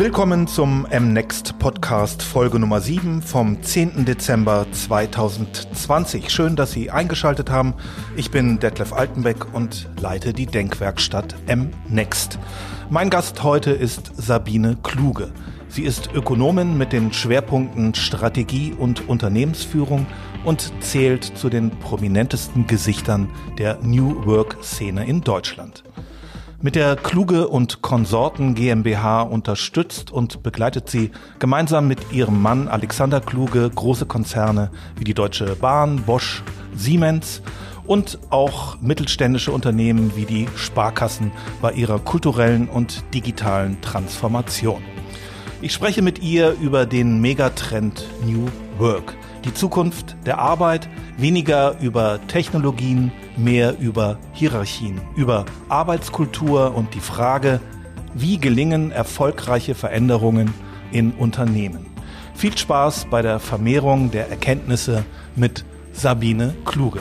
Willkommen zum MNext Podcast Folge Nummer 7 vom 10. Dezember 2020. Schön, dass Sie eingeschaltet haben. Ich bin Detlef Altenbeck und leite die Denkwerkstatt MNext. Mein Gast heute ist Sabine Kluge. Sie ist Ökonomin mit den Schwerpunkten Strategie und Unternehmensführung und zählt zu den prominentesten Gesichtern der New Work-Szene in Deutschland. Mit der Kluge und Konsorten GmbH unterstützt und begleitet sie gemeinsam mit ihrem Mann Alexander Kluge große Konzerne wie die Deutsche Bahn, Bosch, Siemens und auch mittelständische Unternehmen wie die Sparkassen bei ihrer kulturellen und digitalen Transformation. Ich spreche mit ihr über den Megatrend New Work, die Zukunft der Arbeit, weniger über Technologien, mehr über Hierarchien, über Arbeitskultur und die Frage, wie gelingen erfolgreiche Veränderungen in Unternehmen. Viel Spaß bei der Vermehrung der Erkenntnisse mit Sabine Kluge.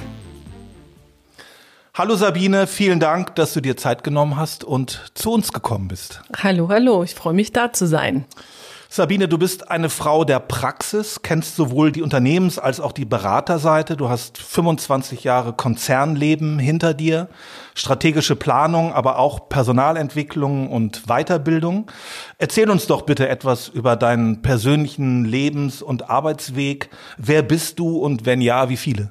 Hallo Sabine, vielen Dank, dass du dir Zeit genommen hast und zu uns gekommen bist. Hallo, ich freue mich, da zu sein. Sabine, du bist eine Frau der Praxis, kennst sowohl die Unternehmens- als auch die Beraterseite. Du hast 25 Jahre Konzernleben hinter dir, strategische Planung, aber auch Personalentwicklung und Weiterbildung. Erzähl uns doch bitte etwas über deinen persönlichen Lebens- und Arbeitsweg. Wer bist du und wenn ja, wie viele?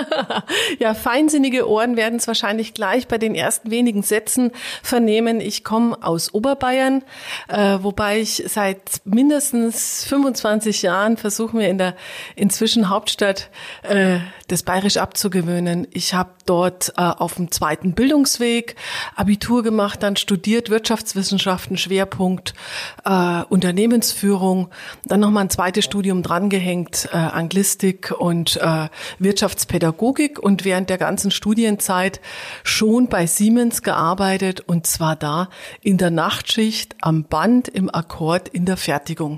Ja, feinsinnige Ohren werden es wahrscheinlich gleich bei den ersten wenigen Sätzen vernehmen. Ich komme aus Oberbayern, wobei ich seit mindestens 25 Jahren versuche, mir in der inzwischen Hauptstadt das Bayerisch abzugewöhnen. Ich habe dort auf dem zweiten Bildungsweg Abitur gemacht, dann studiert Wirtschaftswissenschaften, Schwerpunkt Unternehmensführung, dann nochmal ein zweites Studium drangehängt, Anglistik und Wirtschaftspädagogik und während der ganzen Studienzeit schon bei Siemens gearbeitet und zwar da in der Nachtschicht, am Band, im Akkord, in der Fertigung.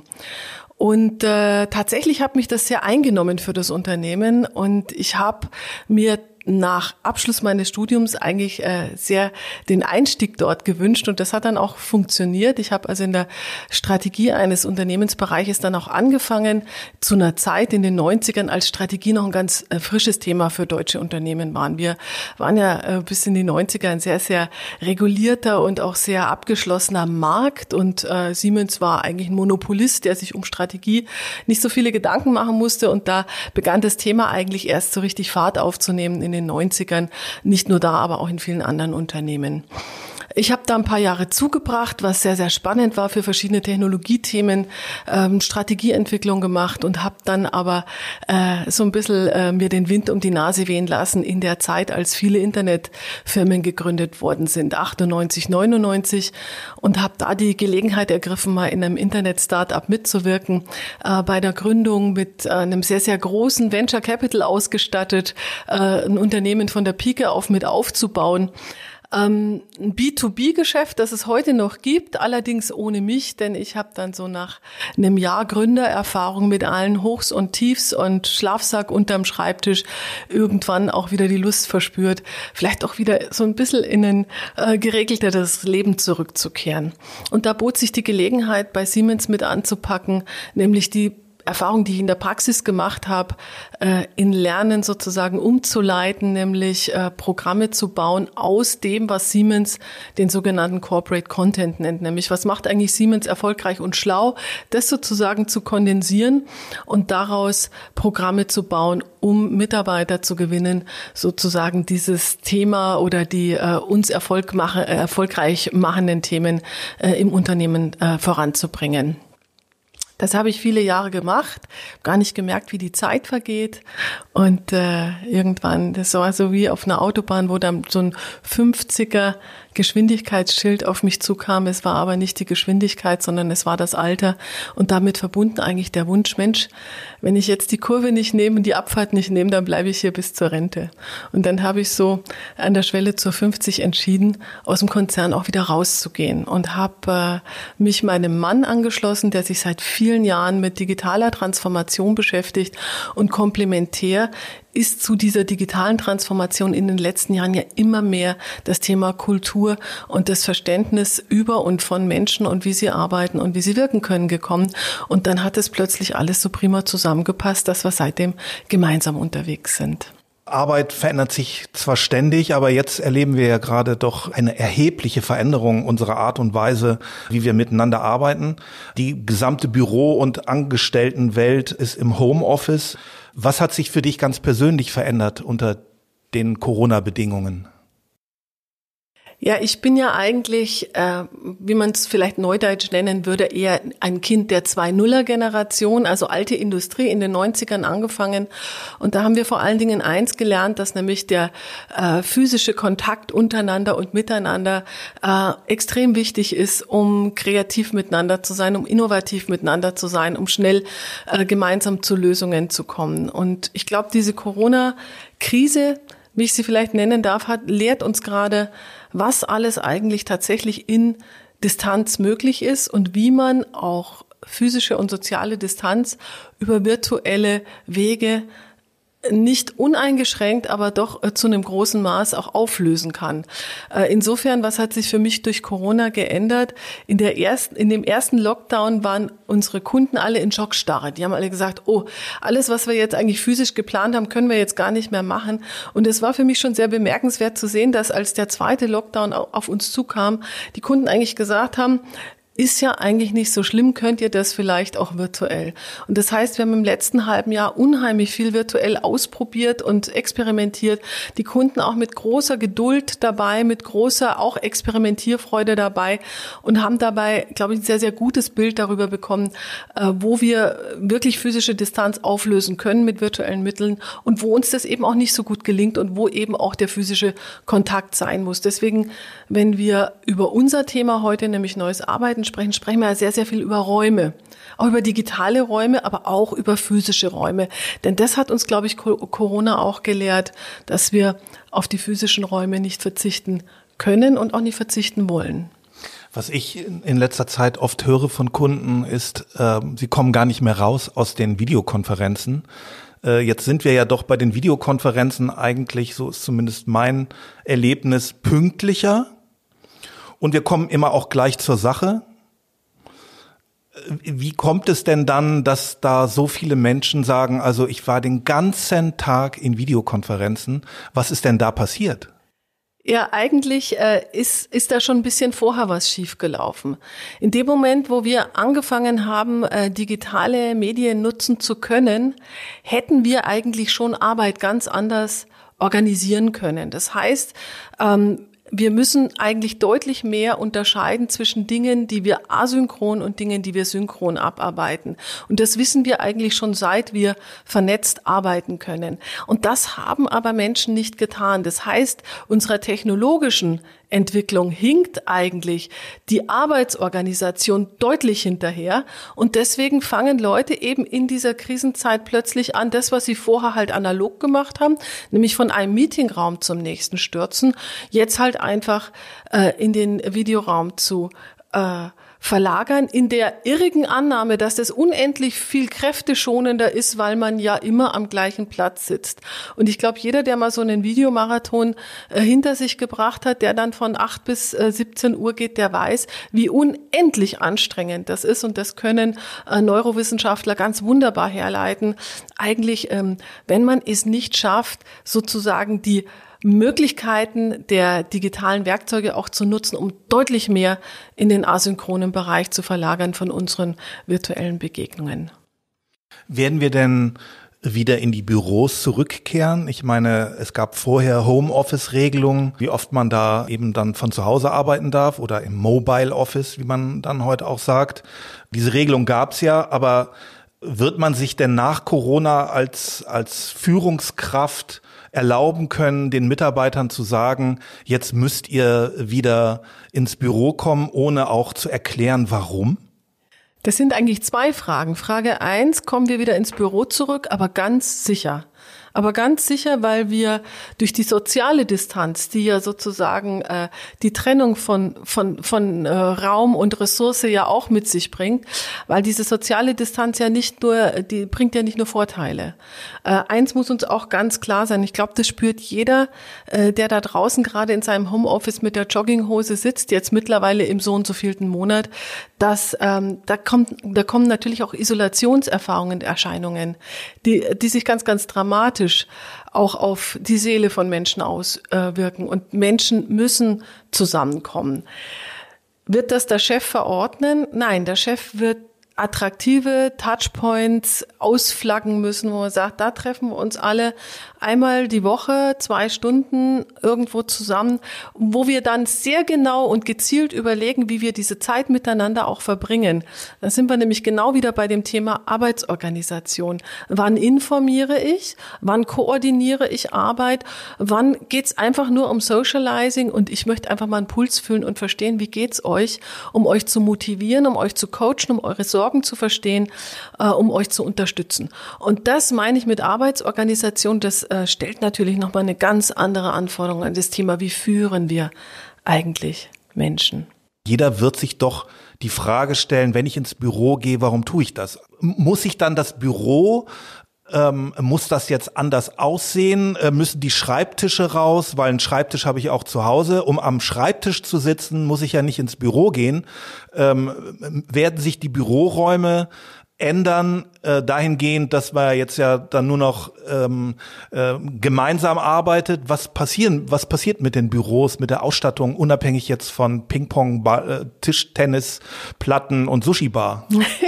Und tatsächlich hat mich das sehr eingenommen für das Unternehmen und ich habe mir nach Abschluss meines Studiums eigentlich sehr den Einstieg dort gewünscht und das hat dann auch funktioniert. Ich habe also in der Strategie eines Unternehmensbereiches dann auch angefangen, zu einer Zeit in den 90ern, als Strategie noch ein ganz frisches Thema für deutsche Unternehmen waren. Wir waren ja bis in die 90er ein sehr, sehr regulierter und auch sehr abgeschlossener Markt und Siemens war eigentlich ein Monopolist, der sich um Strategie nicht so viele Gedanken machen musste und da begann das Thema eigentlich erst so richtig Fahrt aufzunehmen in den 90ern, nicht nur da, aber auch in vielen anderen Unternehmen. Ich habe da ein paar Jahre zugebracht, was sehr, sehr spannend war für verschiedene Technologiethemen, Strategieentwicklung gemacht und habe dann aber so ein bisschen mir den Wind um die Nase wehen lassen in der Zeit, als viele Internetfirmen gegründet worden sind, 98, 99 und habe da die Gelegenheit ergriffen, mal in einem Internet-Startup mitzuwirken, bei der Gründung mit einem sehr, sehr großen Venture Capital ausgestattet, ein Unternehmen von der Pike auf mit aufzubauen. Ein B2B-Geschäft, das es heute noch gibt, allerdings ohne mich, denn ich habe dann so nach einem Jahr Gründererfahrung mit allen Hochs und Tiefs und Schlafsack unterm Schreibtisch irgendwann auch wieder die Lust verspürt, vielleicht auch wieder so ein bisschen in ein geregelteres Leben zurückzukehren. Und da bot sich die Gelegenheit, bei Siemens mit anzupacken, nämlich die Erfahrung, die ich in der Praxis gemacht habe, in Lernen sozusagen umzuleiten, nämlich Programme zu bauen aus dem, was Siemens den sogenannten Corporate Content nennt. Nämlich, was macht eigentlich Siemens erfolgreich und schlau, das sozusagen zu kondensieren und daraus Programme zu bauen, um Mitarbeiter zu gewinnen, sozusagen dieses Thema oder die uns erfolgreich machenden Themen im Unternehmen voranzubringen. Das habe ich viele Jahre gemacht, gar nicht gemerkt, wie die Zeit vergeht. Und irgendwann, das war so wie auf einer Autobahn, wo dann so ein 50er Geschwindigkeitsschild auf mich zukam. Es war aber nicht die Geschwindigkeit, sondern es war das Alter und damit verbunden eigentlich der Wunsch, Mensch, wenn ich jetzt die Kurve nicht nehme und die Abfahrt nicht nehme, dann bleibe ich hier bis zur Rente. Und dann habe ich so an der Schwelle zur 50 entschieden, aus dem Konzern auch wieder rauszugehen und habe mich meinem Mann angeschlossen, der sich seit vielen vielen Jahren mit digitaler Transformation beschäftigt und komplementär ist zu dieser digitalen Transformation in den letzten Jahren ja immer mehr das Thema Kultur und das Verständnis über und von Menschen und wie sie arbeiten und wie sie wirken können gekommen. Und dann hat es plötzlich alles so prima zusammengepasst, dass wir seitdem gemeinsam unterwegs sind. Arbeit verändert sich zwar ständig, aber jetzt erleben wir ja gerade doch eine erhebliche Veränderung unserer Art und Weise, wie wir miteinander arbeiten. Die gesamte Büro- und Angestelltenwelt ist im Homeoffice. Was hat sich für dich ganz persönlich verändert unter den Corona-Bedingungen? Ja, ich bin ja eigentlich, wie man es vielleicht neudeutsch nennen würde, eher ein Kind der 2.0er-Generation, also alte Industrie, in den 90ern angefangen. Und da haben wir vor allen Dingen eins gelernt, dass nämlich der physische Kontakt untereinander und miteinander extrem wichtig ist, um kreativ miteinander zu sein, um innovativ miteinander zu sein, um schnell gemeinsam zu Lösungen zu kommen. Und ich glaube, diese Corona-Krise, wie ich sie vielleicht nennen darf, lehrt uns gerade, was alles eigentlich tatsächlich in Distanz möglich ist und wie man auch physische und soziale Distanz über virtuelle Wege nicht uneingeschränkt, aber doch zu einem großen Maß auch auflösen kann. Insofern, was hat sich für mich durch Corona geändert? In dem ersten Lockdown waren unsere Kunden alle in Schockstarre. Die haben alle gesagt, oh, alles, was wir jetzt eigentlich physisch geplant haben, können wir jetzt gar nicht mehr machen. Und es war für mich schon sehr bemerkenswert zu sehen, dass als der zweite Lockdown auf uns zukam, die Kunden eigentlich gesagt haben, ist ja eigentlich nicht so schlimm, könnt ihr das vielleicht auch virtuell. Und das heißt, wir haben im letzten halben Jahr unheimlich viel virtuell ausprobiert und experimentiert. Die Kunden auch mit großer Geduld dabei, mit großer auch Experimentierfreude dabei und haben dabei, glaube ich, ein sehr, sehr gutes Bild darüber bekommen, wo wir wirklich physische Distanz auflösen können mit virtuellen Mitteln und wo uns das eben auch nicht so gut gelingt und wo eben auch der physische Kontakt sein muss. Deswegen, wenn wir über unser Thema heute, nämlich neues Arbeiten, sprechen wir ja sehr, sehr viel über Räume. Auch über digitale Räume, aber auch über physische Räume. Denn das hat uns, glaube ich, Corona auch gelehrt, dass wir auf die physischen Räume nicht verzichten können und auch nicht verzichten wollen. Was ich in letzter Zeit oft höre von Kunden ist, sie kommen gar nicht mehr raus aus den Videokonferenzen. Jetzt sind wir ja doch bei den Videokonferenzen eigentlich, so ist zumindest mein Erlebnis, pünktlicher. Und wir kommen immer auch gleich zur Sache. Wie kommt es denn dann, dass da so viele Menschen sagen, also ich war den ganzen Tag in Videokonferenzen, was ist denn da passiert? Ja, eigentlich ist da schon ein bisschen vorher was schiefgelaufen. In dem Moment, wo wir angefangen haben, digitale Medien nutzen zu können, hätten wir eigentlich schon Arbeit ganz anders organisieren können. Das heißt, wir müssen eigentlich deutlich mehr unterscheiden zwischen Dingen, die wir asynchron und Dingen, die wir synchron abarbeiten. Und das wissen wir eigentlich schon, seit wir vernetzt arbeiten können. Und das haben aber Menschen nicht getan. Das heißt, unserer technologischen Entwicklung hinkt eigentlich die Arbeitsorganisation deutlich hinterher. Und deswegen fangen Leute eben in dieser Krisenzeit plötzlich an, das, was sie vorher halt analog gemacht haben, nämlich von einem Meetingraum zum nächsten stürzen, jetzt halt einfach in den Videoraum zu verlagern, in der irrigen Annahme, dass das unendlich viel kräfteschonender ist, weil man ja immer am gleichen Platz sitzt. Und ich glaube, jeder, der mal so einen Videomarathon hinter sich gebracht hat, der dann von 8 bis 17 Uhr geht, der weiß, wie unendlich anstrengend das ist. Und das können Neurowissenschaftler ganz wunderbar herleiten. Eigentlich, wenn man es nicht schafft, sozusagen die Möglichkeiten der digitalen Werkzeuge auch zu nutzen, um deutlich mehr in den asynchronen Bereich zu verlagern von unseren virtuellen Begegnungen. Werden wir denn wieder in die Büros zurückkehren? Ich meine, es gab vorher Homeoffice-Regelungen, wie oft man da eben dann von zu Hause arbeiten darf oder im Mobile Office, wie man dann heute auch sagt. Diese Regelung gab's ja, aber wird man sich denn nach Corona als Führungskraft erlauben können, den Mitarbeitern zu sagen, jetzt müsst ihr wieder ins Büro kommen, ohne auch zu erklären, warum? Das sind eigentlich zwei Fragen. Frage 1, kommen wir wieder ins Büro zurück, aber ganz sicher. Aber ganz sicher, weil wir durch die soziale Distanz, die ja sozusagen die Trennung von Raum und Ressource ja auch mit sich bringt, weil diese soziale Distanz ja die bringt ja nicht nur Vorteile. Eins muss uns auch ganz klar sein, ich glaube, das spürt jeder, der da draußen gerade in seinem Homeoffice mit der Jogginghose sitzt, jetzt mittlerweile im so und so vielten Monat, dass da kommen natürlich auch Isolationserfahrungen, Erscheinungen, die sich ganz, ganz dramatisch auch auf die Seele von Menschen auswirken. Und Menschen müssen zusammenkommen. Wird das der Chef verordnen? Nein, der Chef wird attraktive Touchpoints ausflaggen müssen, wo man sagt, da treffen wir uns alle einmal die Woche, 2 Stunden irgendwo zusammen, wo wir dann sehr genau und gezielt überlegen, wie wir diese Zeit miteinander auch verbringen. Da sind wir nämlich genau wieder bei dem Thema Arbeitsorganisation. Wann informiere ich? Wann koordiniere ich Arbeit? Wann geht's einfach nur um Socializing? Und ich möchte einfach mal einen Puls fühlen und verstehen, wie geht's euch, um euch zu motivieren, um euch zu coachen, um eure Sorgen zu verstehen, um euch zu unterstützen. Und das meine ich mit Arbeitsorganisation, das stellt natürlich nochmal eine ganz andere Anforderung an das Thema, wie führen wir eigentlich Menschen. Jeder wird sich doch die Frage stellen, wenn ich ins Büro gehe, warum tue ich das? Muss ich dann das Büro, muss das jetzt anders aussehen? Müssen die Schreibtische raus? Weil einen Schreibtisch habe ich auch zu Hause. Um am Schreibtisch zu sitzen, muss ich ja nicht ins Büro gehen. Werden sich die Büroräume ändern, dahingehend, dass man jetzt ja dann nur noch gemeinsam arbeitet? Was passiert mit den Büros, mit der Ausstattung, unabhängig jetzt von Ping-Pong, Tischtennis, Platten und Sushi-Bar?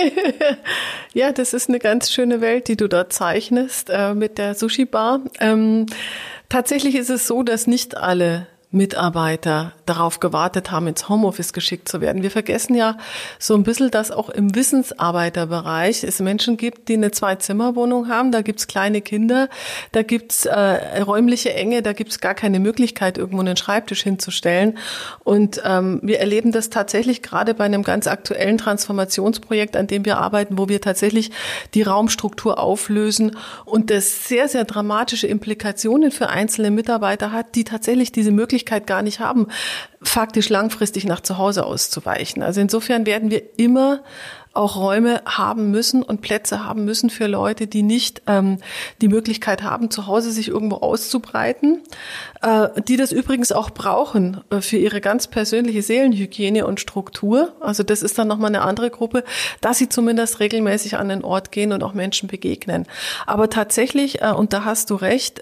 Ja, das ist eine ganz schöne Welt, die du da zeichnest mit der Sushi-Bar. Tatsächlich ist es so, dass nicht alle Mitarbeiter darauf gewartet haben, ins Homeoffice geschickt zu werden. Wir vergessen ja so ein bisschen, dass auch im Wissensarbeiterbereich es Menschen gibt, die eine 2-Zimmer-Wohnung haben. Da gibt's kleine Kinder, da gibt's räumliche Enge, da gibt's gar keine Möglichkeit, irgendwo einen Schreibtisch hinzustellen. Und wir erleben das tatsächlich gerade bei einem ganz aktuellen Transformationsprojekt, an dem wir arbeiten, wo wir tatsächlich die Raumstruktur auflösen und das sehr, sehr dramatische Implikationen für einzelne Mitarbeiter hat, die tatsächlich diese Möglichkeit gar nicht haben, faktisch langfristig nach zu Hause auszuweichen. Also insofern werden wir immer auch Räume haben müssen und Plätze haben müssen für Leute, die nicht die Möglichkeit haben, zu Hause sich irgendwo auszubreiten, die das übrigens auch brauchen für ihre ganz persönliche Seelenhygiene und Struktur. Also das ist dann nochmal eine andere Gruppe, dass sie zumindest regelmäßig an den Ort gehen und auch Menschen begegnen. Aber tatsächlich, und da hast du recht,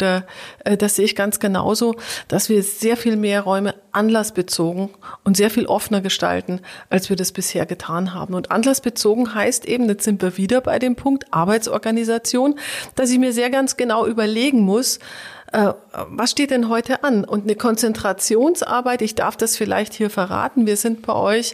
das sehe ich ganz genauso, dass wir sehr viel mehr Räume anlassbezogen und sehr viel offener gestalten, als wir das bisher getan haben. Und anlassbezogen heißt eben, jetzt sind wir wieder bei dem Punkt Arbeitsorganisation, dass ich mir sehr ganz genau überlegen muss, was steht denn heute an? Und eine Konzentrationsarbeit, ich darf das vielleicht hier verraten, wir sind bei euch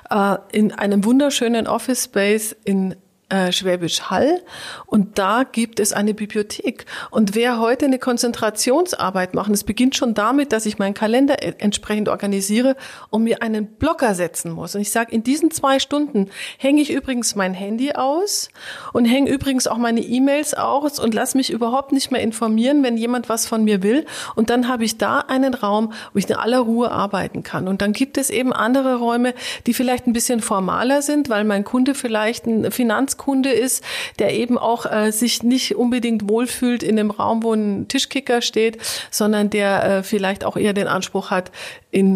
in einem wunderschönen Office Space in Schwäbisch Hall und da gibt es eine Bibliothek. Und wer heute eine Konzentrationsarbeit macht, es beginnt schon damit, dass ich meinen Kalender entsprechend organisiere und mir einen Blocker setzen muss. Und ich sage, in diesen 2 Stunden hänge ich übrigens mein Handy aus und hänge übrigens auch meine E-Mails aus und lasse mich überhaupt nicht mehr informieren, wenn jemand was von mir will. Und dann habe ich da einen Raum, wo ich in aller Ruhe arbeiten kann. Und dann gibt es eben andere Räume, die vielleicht ein bisschen formaler sind, weil mein Kunde vielleicht ein Finanzkunde ist, der eben auch sich nicht unbedingt wohlfühlt in dem Raum, wo ein Tischkicker steht, sondern der vielleicht auch eher den Anspruch hat, in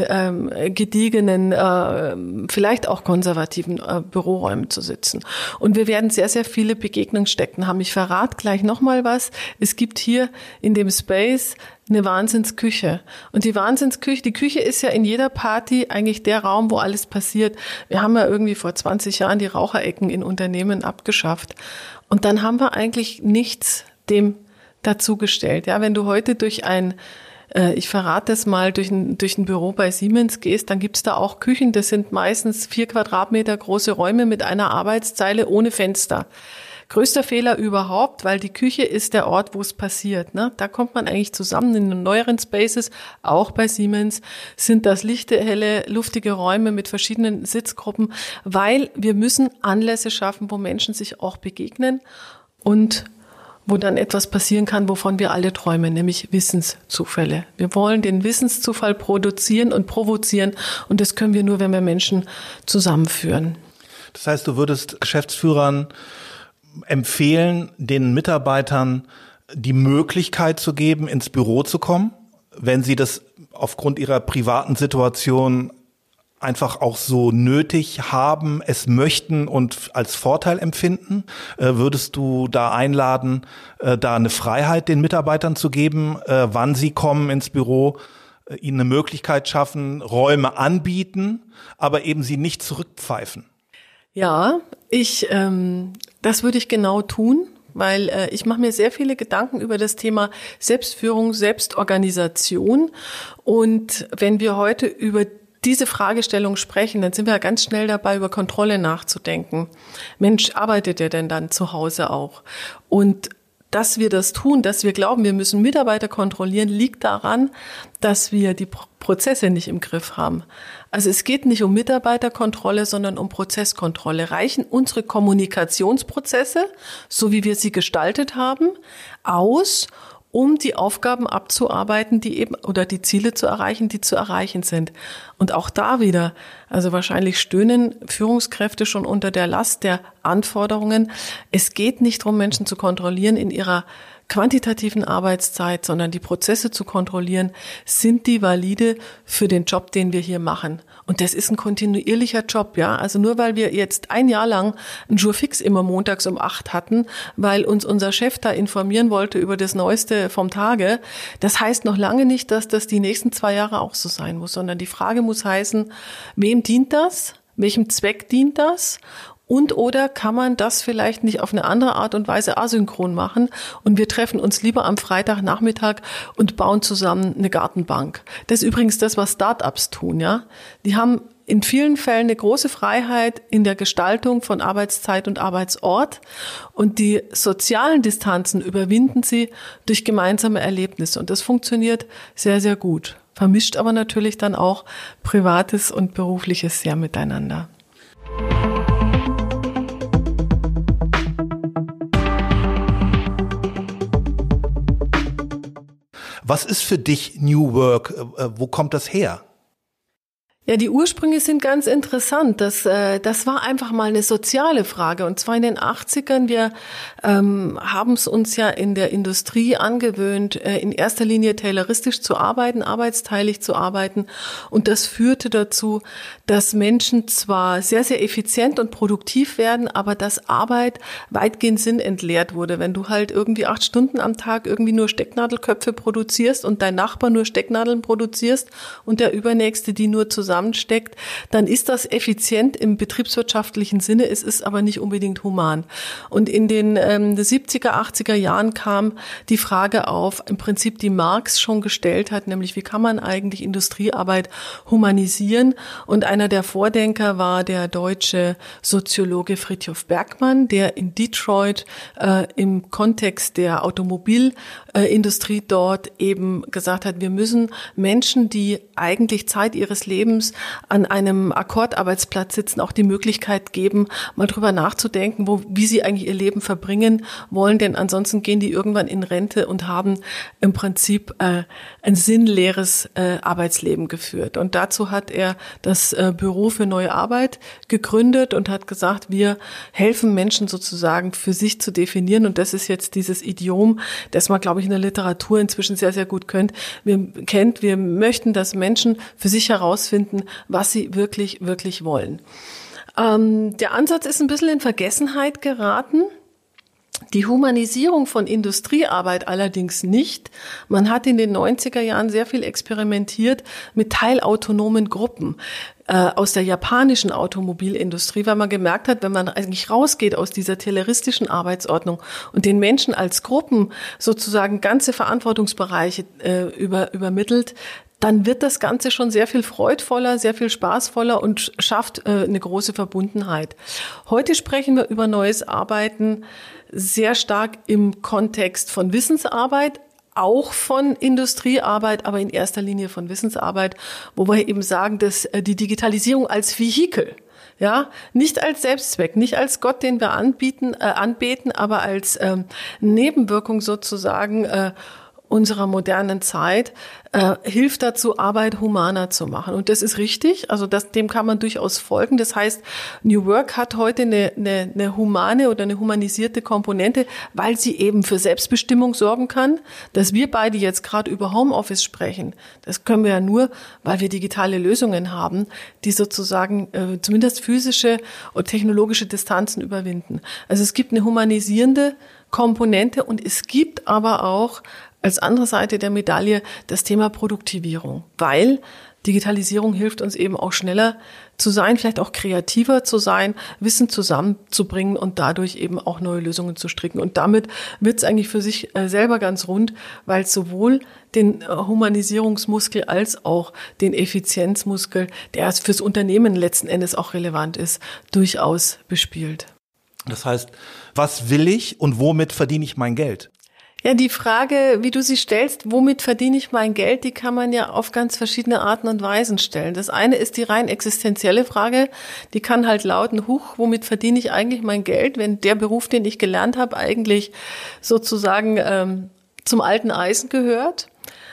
gediegenen, vielleicht auch konservativen Büroräumen zu sitzen. Und wir werden sehr, sehr viele Begegnungsstätten haben. Ich verrate gleich nochmal was. Es gibt hier in dem Space eine Wahnsinnsküche. Und die Wahnsinnsküche, die Küche ist ja in jeder Party eigentlich der Raum, wo alles passiert. Wir haben ja irgendwie vor 20 Jahren die Raucherecken in Unternehmen abgeschafft. Und dann haben wir eigentlich nichts dem dazugestellt. Ja, wenn du heute durch ich verrate es mal, durch ein Büro bei Siemens gehst, dann gibt's da auch Küchen. Das sind meistens 4 Quadratmeter große Räume mit einer Arbeitszeile ohne Fenster. Größter Fehler überhaupt, weil die Küche ist der Ort, wo es passiert. Ne? Da kommt man eigentlich zusammen in den neueren Spaces, auch bei Siemens, sind das lichte, helle, luftige Räume mit verschiedenen Sitzgruppen, weil wir müssen Anlässe schaffen, wo Menschen sich auch begegnen und wo dann etwas passieren kann, wovon wir alle träumen, nämlich Wissenszufälle. Wir wollen den Wissenszufall produzieren und provozieren und das können wir nur, wenn wir Menschen zusammenführen. Das heißt, du würdest Geschäftsführern empfehlen, den Mitarbeitern die Möglichkeit zu geben, ins Büro zu kommen, wenn sie das aufgrund ihrer privaten Situation einfach auch so nötig haben, es möchten und als Vorteil empfinden? Würdest du da einladen, da eine Freiheit den Mitarbeitern zu geben, wann sie kommen ins Büro, ihnen eine Möglichkeit schaffen, Räume anbieten, aber eben sie nicht zurückpfeifen? Ja, das würde ich genau tun, weil ich mache mir sehr viele Gedanken über das Thema Selbstführung, Selbstorganisation. Und wenn wir heute über diese Fragestellung sprechen, dann sind wir ganz schnell dabei, über Kontrolle nachzudenken. Mensch, arbeitet der denn dann zu Hause auch? Und dass wir das tun, dass wir glauben, wir müssen Mitarbeiter kontrollieren, liegt daran, dass wir die Prozesse nicht im Griff haben. Also es geht nicht um Mitarbeiterkontrolle, sondern um Prozesskontrolle. Reichen unsere Kommunikationsprozesse, so wie wir sie gestaltet haben, aus, um die Aufgaben abzuarbeiten, die eben, oder die Ziele zu erreichen, die zu erreichen sind. Und auch da wieder, also wahrscheinlich stöhnen Führungskräfte schon unter der Last der Anforderungen. Es geht nicht darum, Menschen zu kontrollieren in ihrer quantitativen Arbeitszeit, sondern die Prozesse zu kontrollieren, sind die valide für den Job, den wir hier machen. Und das ist ein kontinuierlicher Job, ja. Also nur weil wir jetzt ein Jahr lang einen Jour fix immer montags um 8 hatten, weil uns unser Chef da informieren wollte über das Neueste vom Tage, das heißt noch lange nicht, dass das die nächsten 2 Jahre auch so sein muss, sondern die Frage muss heißen, wem dient das? Welchem Zweck dient das? Und oder kann man das vielleicht nicht auf eine andere Art und Weise asynchron machen und wir treffen uns lieber am Freitagnachmittag und bauen zusammen eine Gartenbank. Das ist übrigens das, was Start-ups tun, ja. Die haben in vielen Fällen eine große Freiheit in der Gestaltung von Arbeitszeit und Arbeitsort und die sozialen Distanzen überwinden sie durch gemeinsame Erlebnisse und das funktioniert sehr, sehr gut. Vermischt aber natürlich dann auch Privates und Berufliches sehr miteinander. Was ist für dich New Work? Wo kommt das her? Ja, die Ursprünge sind ganz interessant. Das war einfach mal eine soziale Frage. Und zwar in den 80ern. Wir haben es uns ja in der Industrie angewöhnt, in erster Linie tayloristisch zu arbeiten, arbeitsteilig zu arbeiten. Und das führte dazu, dass Menschen zwar sehr, sehr effizient und produktiv werden, aber dass Arbeit weitgehend sinnentleert wurde. Wenn du halt irgendwie 8 Stunden am Tag irgendwie nur Stecknadelköpfe produzierst und dein Nachbar nur Stecknadeln produzierst und der Übernächste die nur zusammensteckt, dann ist das effizient im betriebswirtschaftlichen Sinne, es ist aber nicht unbedingt human. Und in den 70er, 80er Jahren kam die Frage auf, im Prinzip die Marx schon gestellt hat, nämlich wie kann man eigentlich Industriearbeit humanisieren? Und einer der Vordenker war der deutsche Soziologe Frithjof Bergmann, der in Detroit im Kontext der Automobilindustrie dort eben gesagt hat, wir müssen Menschen, die eigentlich Zeit ihres Lebens an einem Akkordarbeitsplatz sitzen, auch die Möglichkeit geben, mal drüber nachzudenken, wie sie eigentlich ihr Leben verbringen wollen, denn ansonsten gehen die irgendwann in Rente und haben im Prinzip ein sinnleeres Arbeitsleben geführt. Und dazu hat er das Büro für neue Arbeit gegründet und hat gesagt, wir helfen Menschen sozusagen für sich zu definieren und das ist jetzt dieses Idiom, das man, glaube ich, in der Literatur inzwischen sehr, sehr gut kennt. Wir möchten, dass Menschen für sich herausfinden, was sie wirklich, wirklich wollen. Der Ansatz ist ein bisschen in Vergessenheit geraten. Die Humanisierung von Industriearbeit allerdings nicht. Man hat in den 90er Jahren sehr viel experimentiert mit teilautonomen Gruppen aus der japanischen Automobilindustrie, weil man gemerkt hat, wenn man eigentlich rausgeht aus dieser tayloristischen Arbeitsordnung und den Menschen als Gruppen sozusagen ganze Verantwortungsbereiche übermittelt, dann wird das Ganze schon sehr viel freudvoller, sehr viel spaßvoller und schafft eine große Verbundenheit. Heute sprechen wir über neues Arbeiten sehr stark im Kontext von Wissensarbeit, auch von Industriearbeit, aber in erster Linie von Wissensarbeit, wo wir eben sagen, dass die Digitalisierung als Vehikel Ja, nicht als Selbstzweck, nicht als Gott, den wir anbeten, aber als Nebenwirkung sozusagen unserer modernen Zeit, hilft dazu, Arbeit humaner zu machen. Und das ist richtig, also dem kann man durchaus folgen. Das heißt, New Work hat heute eine humane oder eine humanisierte Komponente, weil sie eben für Selbstbestimmung sorgen kann. Dass wir beide jetzt gerade über Homeoffice sprechen, das können wir ja nur, weil wir digitale Lösungen haben, die sozusagen zumindest physische und technologische Distanzen überwinden. Also es gibt eine humanisierende Komponente und es gibt aber auch als andere Seite der Medaille das Thema Produktivierung, weil Digitalisierung hilft uns eben auch schneller zu sein, vielleicht auch kreativer zu sein, Wissen zusammenzubringen und dadurch eben auch neue Lösungen zu stricken. Und damit wird es eigentlich für sich selber ganz rund, weil es sowohl den Humanisierungsmuskel als auch den Effizienzmuskel, der fürs Unternehmen letzten Endes auch relevant ist, durchaus bespielt. Das heißt, was will ich und womit verdiene ich mein Geld? Ja, die Frage, wie du sie stellst, womit verdiene ich mein Geld, die kann man ja auf ganz verschiedene Arten und Weisen stellen. Das eine ist die rein existenzielle Frage, die kann halt lauten, womit verdiene ich eigentlich mein Geld, wenn der Beruf, den ich gelernt habe, eigentlich sozusagen zum alten Eisen gehört.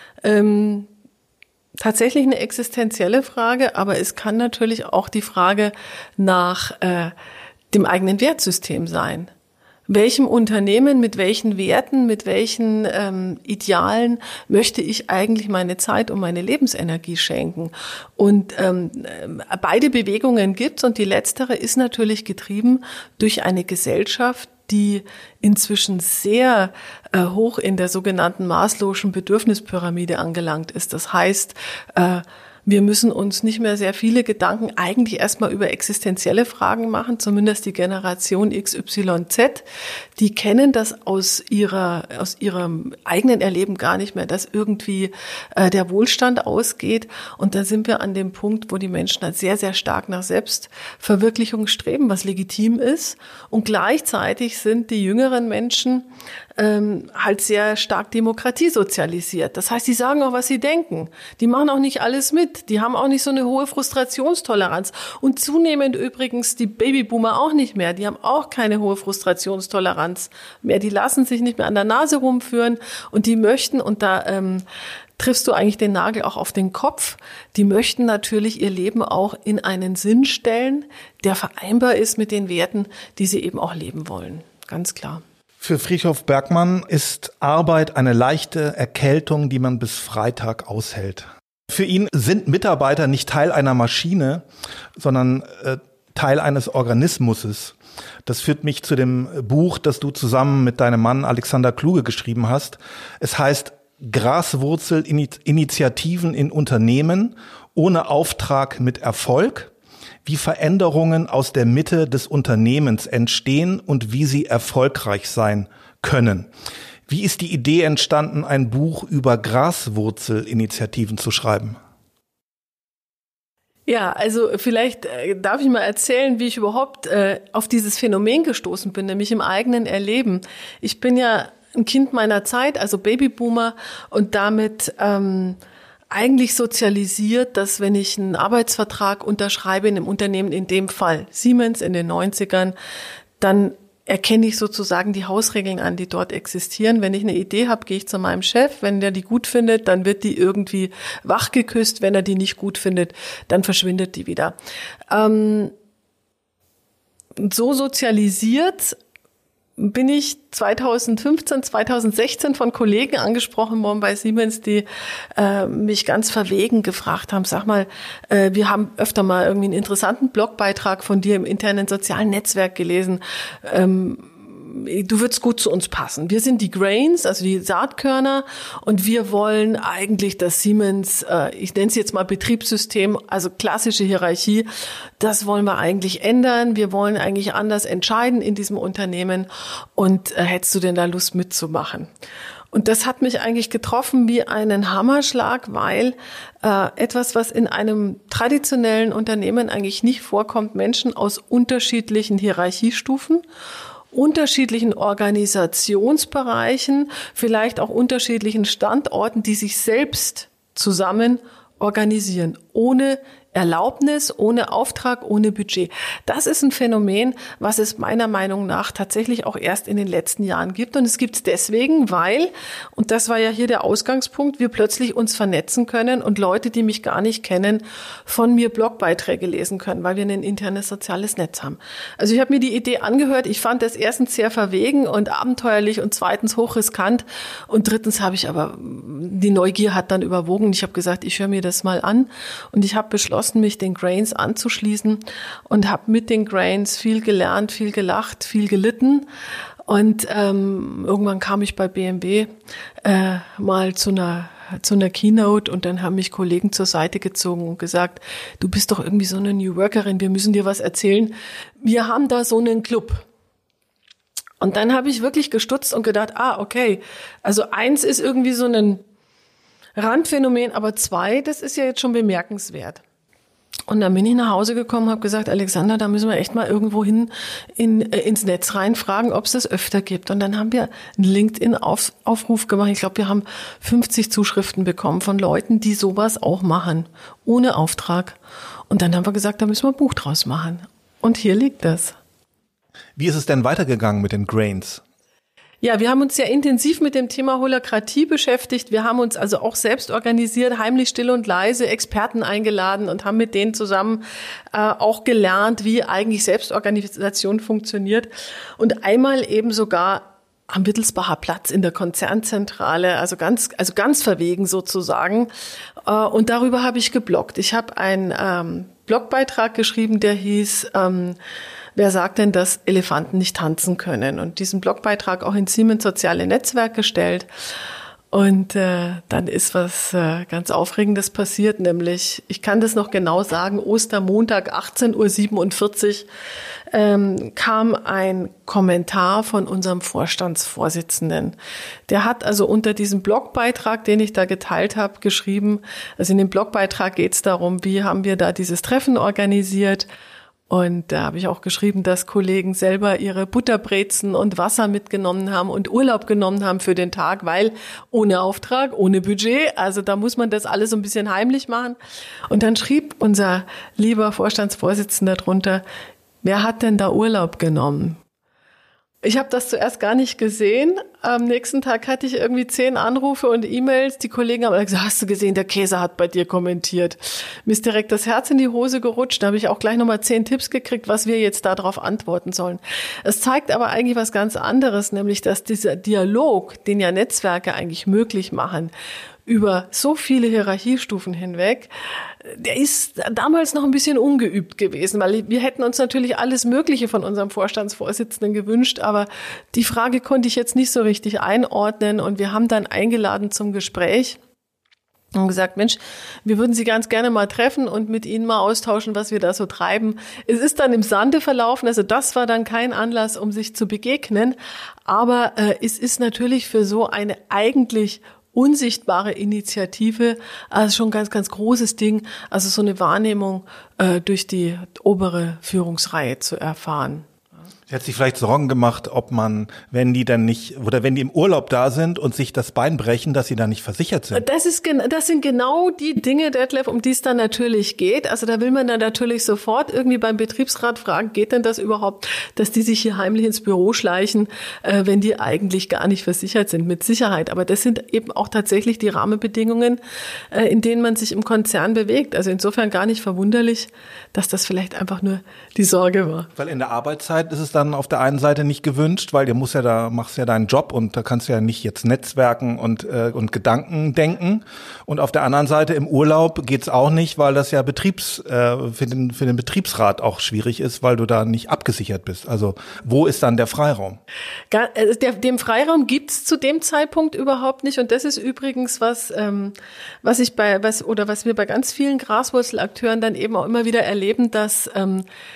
Tatsächlich eine existenzielle Frage, aber es kann natürlich auch die Frage nach dem eigenen Wertsystem sein. Welchem Unternehmen, mit welchen Werten, mit welchen Idealen möchte ich eigentlich meine Zeit und meine Lebensenergie schenken? Und beide Bewegungen gibt's und die letztere ist natürlich getrieben durch eine Gesellschaft, die inzwischen sehr hoch in der sogenannten Maslow'schen Bedürfnispyramide angelangt ist. Das heißt, wir müssen uns nicht mehr sehr viele Gedanken eigentlich erstmal über existenzielle Fragen machen, zumindest die Generation XYZ. Die kennen das aus ihrem eigenen Erleben gar nicht mehr, dass irgendwie der Wohlstand ausgeht. Und da sind wir an dem Punkt, wo die Menschen halt sehr, sehr stark nach Selbstverwirklichung streben, was legitim ist. Und gleichzeitig sind die jüngeren Menschen halt sehr stark demokratiesozialisiert. Das heißt, die sagen auch, was sie denken. Die machen auch nicht alles mit. Die haben auch nicht so eine hohe Frustrationstoleranz. Und zunehmend übrigens die Babyboomer auch nicht mehr. Die haben auch keine hohe Frustrationstoleranz mehr. Die lassen sich nicht mehr an der Nase rumführen und die möchten, und da triffst du eigentlich den Nagel auch auf den Kopf, die möchten natürlich ihr Leben auch in einen Sinn stellen, der vereinbar ist mit den Werten, die sie eben auch leben wollen. Ganz klar. Für Friedhof Bergmann ist Arbeit eine leichte Erkältung, die man bis Freitag aushält. Für ihn sind Mitarbeiter nicht Teil einer Maschine, sondern Teil eines Organismus. Das führt mich zu dem Buch, das du zusammen mit deinem Mann Alexander Kluge geschrieben hast. Es heißt Graswurzelinitiativen in Unternehmen ohne Auftrag mit Erfolg. Wie Veränderungen aus der Mitte des Unternehmens entstehen und wie sie erfolgreich sein können. Wie ist die Idee entstanden, ein Buch über Graswurzelinitiativen zu schreiben? Ja, also vielleicht darf ich mal erzählen, wie ich überhaupt auf dieses Phänomen gestoßen bin, nämlich im eigenen Erleben. Ich bin ja ein Kind meiner Zeit, also Babyboomer, und damit eigentlich sozialisiert, dass wenn ich einen Arbeitsvertrag unterschreibe in einem Unternehmen, in dem Fall Siemens in den 90ern, dann erkenne ich sozusagen die Hausregeln an, die dort existieren. Wenn ich eine Idee habe, gehe ich zu meinem Chef. Wenn der die gut findet, dann wird die irgendwie wachgeküsst. Wenn er die nicht gut findet, dann verschwindet die wieder. So sozialisiert bin ich 2015, 2016 von Kollegen angesprochen worden bei Siemens, die mich ganz verwegen gefragt haben, sag mal, wir haben öfter mal irgendwie einen interessanten Blogbeitrag von dir im internen sozialen Netzwerk gelesen. Du würdest gut zu uns passen. Wir sind die Grains, also die Saatkörner, und wir wollen eigentlich das Siemens, ich nenne es jetzt mal Betriebssystem, also klassische Hierarchie, das wollen wir eigentlich ändern. Wir wollen eigentlich anders entscheiden in diesem Unternehmen, und hättest du denn da Lust mitzumachen? Und das hat mich eigentlich getroffen wie einen Hammerschlag, weil etwas, was in einem traditionellen Unternehmen eigentlich nicht vorkommt, Menschen aus unterschiedlichen Hierarchiestufen, unterschiedlichen Organisationsbereichen, vielleicht auch unterschiedlichen Standorten, die sich selbst zusammen organisieren, ohne Erlaubnis, ohne Auftrag, ohne Budget. Das ist ein Phänomen, was es meiner Meinung nach tatsächlich auch erst in den letzten Jahren gibt. Und es gibt es deswegen, weil, und das war ja hier der Ausgangspunkt, wir plötzlich uns vernetzen können und Leute, die mich gar nicht kennen, von mir Blogbeiträge lesen können, weil wir ein internes soziales Netz haben. Also ich habe mir die Idee angehört. Ich fand das erstens sehr verwegen und abenteuerlich und zweitens hochriskant. Und drittens habe ich aber, die Neugier hat dann überwogen. Ich habe gesagt, ich höre mir das mal an. Und ich habe beschlossen, mich den Grains anzuschließen und habe mit den Grains viel gelernt, viel gelacht, viel gelitten. Und irgendwann kam ich bei BMW mal zu einer Keynote und dann haben mich Kollegen zur Seite gezogen und gesagt, du bist doch irgendwie so eine New Workerin, wir müssen dir was erzählen. Wir haben da so einen Club. Und dann habe ich wirklich gestutzt und gedacht, okay, also 1 ist irgendwie so ein Randphänomen, aber 2, das ist ja jetzt schon bemerkenswert. Und dann bin ich nach Hause gekommen und habe gesagt, Alexander, da müssen wir echt mal irgendwo hin ins Netz reinfragen, ob es das öfter gibt. Und dann haben wir einen LinkedIn-Aufruf gemacht. Ich glaube, wir haben 50 Zuschriften bekommen von Leuten, die sowas auch machen, ohne Auftrag. Und dann haben wir gesagt, da müssen wir ein Buch draus machen. Und hier liegt das. Wie ist es denn weitergegangen mit den Grains? Ja, wir haben uns sehr intensiv mit dem Thema Holacratie beschäftigt. Wir haben uns also auch selbst organisiert, heimlich, still und leise, Experten eingeladen und haben mit denen zusammen auch gelernt, wie eigentlich Selbstorganisation funktioniert. Und einmal eben sogar am Wittelsbacher Platz in der Konzernzentrale, also ganz verwegen sozusagen. Und darüber habe ich gebloggt. Ich habe einen Blogbeitrag geschrieben, der hieß Wer sagt denn, dass Elefanten nicht tanzen können? Und diesen Blogbeitrag auch in Siemens soziale Netzwerk gestellt. Und dann ist was ganz Aufregendes passiert, nämlich, ich kann das noch genau sagen, Ostermontag 18:47 Uhr kam ein Kommentar von unserem Vorstandsvorsitzenden. Der hat also unter diesem Blogbeitrag, den ich da geteilt habe, geschrieben, also in dem Blogbeitrag geht es darum, wie haben wir da dieses Treffen organisiert. Und da habe ich auch geschrieben, dass Kollegen selber ihre Butterbrezen und Wasser mitgenommen haben und Urlaub genommen haben für den Tag, weil ohne Auftrag, ohne Budget, also da muss man das alles so ein bisschen heimlich machen. Und dann schrieb unser lieber Vorstandsvorsitzender drunter, wer hat denn da Urlaub genommen? Ich habe das zuerst gar nicht gesehen. Am nächsten Tag hatte ich irgendwie 10 Anrufe und E-Mails. Die Kollegen haben gesagt, hast du gesehen, der Käse hat bei dir kommentiert. Mir ist direkt das Herz in die Hose gerutscht. Da habe ich auch gleich nochmal 10 Tipps gekriegt, was wir jetzt darauf antworten sollen. Es zeigt aber eigentlich was ganz anderes, nämlich dass dieser Dialog, den ja Netzwerke eigentlich möglich machen, über so viele Hierarchiestufen hinweg, der ist damals noch ein bisschen ungeübt gewesen, weil wir hätten uns natürlich alles Mögliche von unserem Vorstandsvorsitzenden gewünscht, aber die Frage konnte ich jetzt nicht so richtig einordnen und wir haben dann eingeladen zum Gespräch und gesagt, Mensch, wir würden Sie ganz gerne mal treffen und mit Ihnen mal austauschen, was wir da so treiben. Es ist dann im Sande verlaufen, also das war dann kein Anlass, um sich zu begegnen, aber es ist natürlich für so eine eigentlich unsichtbare Initiative, also schon ein ganz, ganz großes Ding, also so eine Wahrnehmung durch die obere Führungsreihe zu erfahren. Sie hat sich vielleicht Sorgen gemacht, ob man, wenn die dann nicht, oder wenn die im Urlaub da sind und sich das Bein brechen, dass sie da nicht versichert sind. Das sind genau die Dinge, Detlef, um die es dann natürlich geht. Also da will man dann natürlich sofort irgendwie beim Betriebsrat fragen, geht denn das überhaupt, dass die sich hier heimlich ins Büro schleichen, wenn die eigentlich gar nicht versichert sind, mit Sicherheit. Aber das sind eben auch tatsächlich die Rahmenbedingungen, in denen man sich im Konzern bewegt. Also insofern gar nicht verwunderlich, dass das vielleicht einfach nur die Sorge war. Weil in der Arbeitszeit ist es dann auf der einen Seite nicht gewünscht, weil machst ja deinen Job und da kannst du ja nicht jetzt Netzwerken und Gedanken denken. Und auf der anderen Seite im Urlaub geht's auch nicht, weil das ja für den Betriebsrat auch schwierig ist, weil du da nicht abgesichert bist. Also wo ist dann der Freiraum? Den Freiraum gibt's zu dem Zeitpunkt überhaupt nicht. Und das ist übrigens was wir bei ganz vielen Graswurzelakteuren dann eben auch immer wieder erleben, dass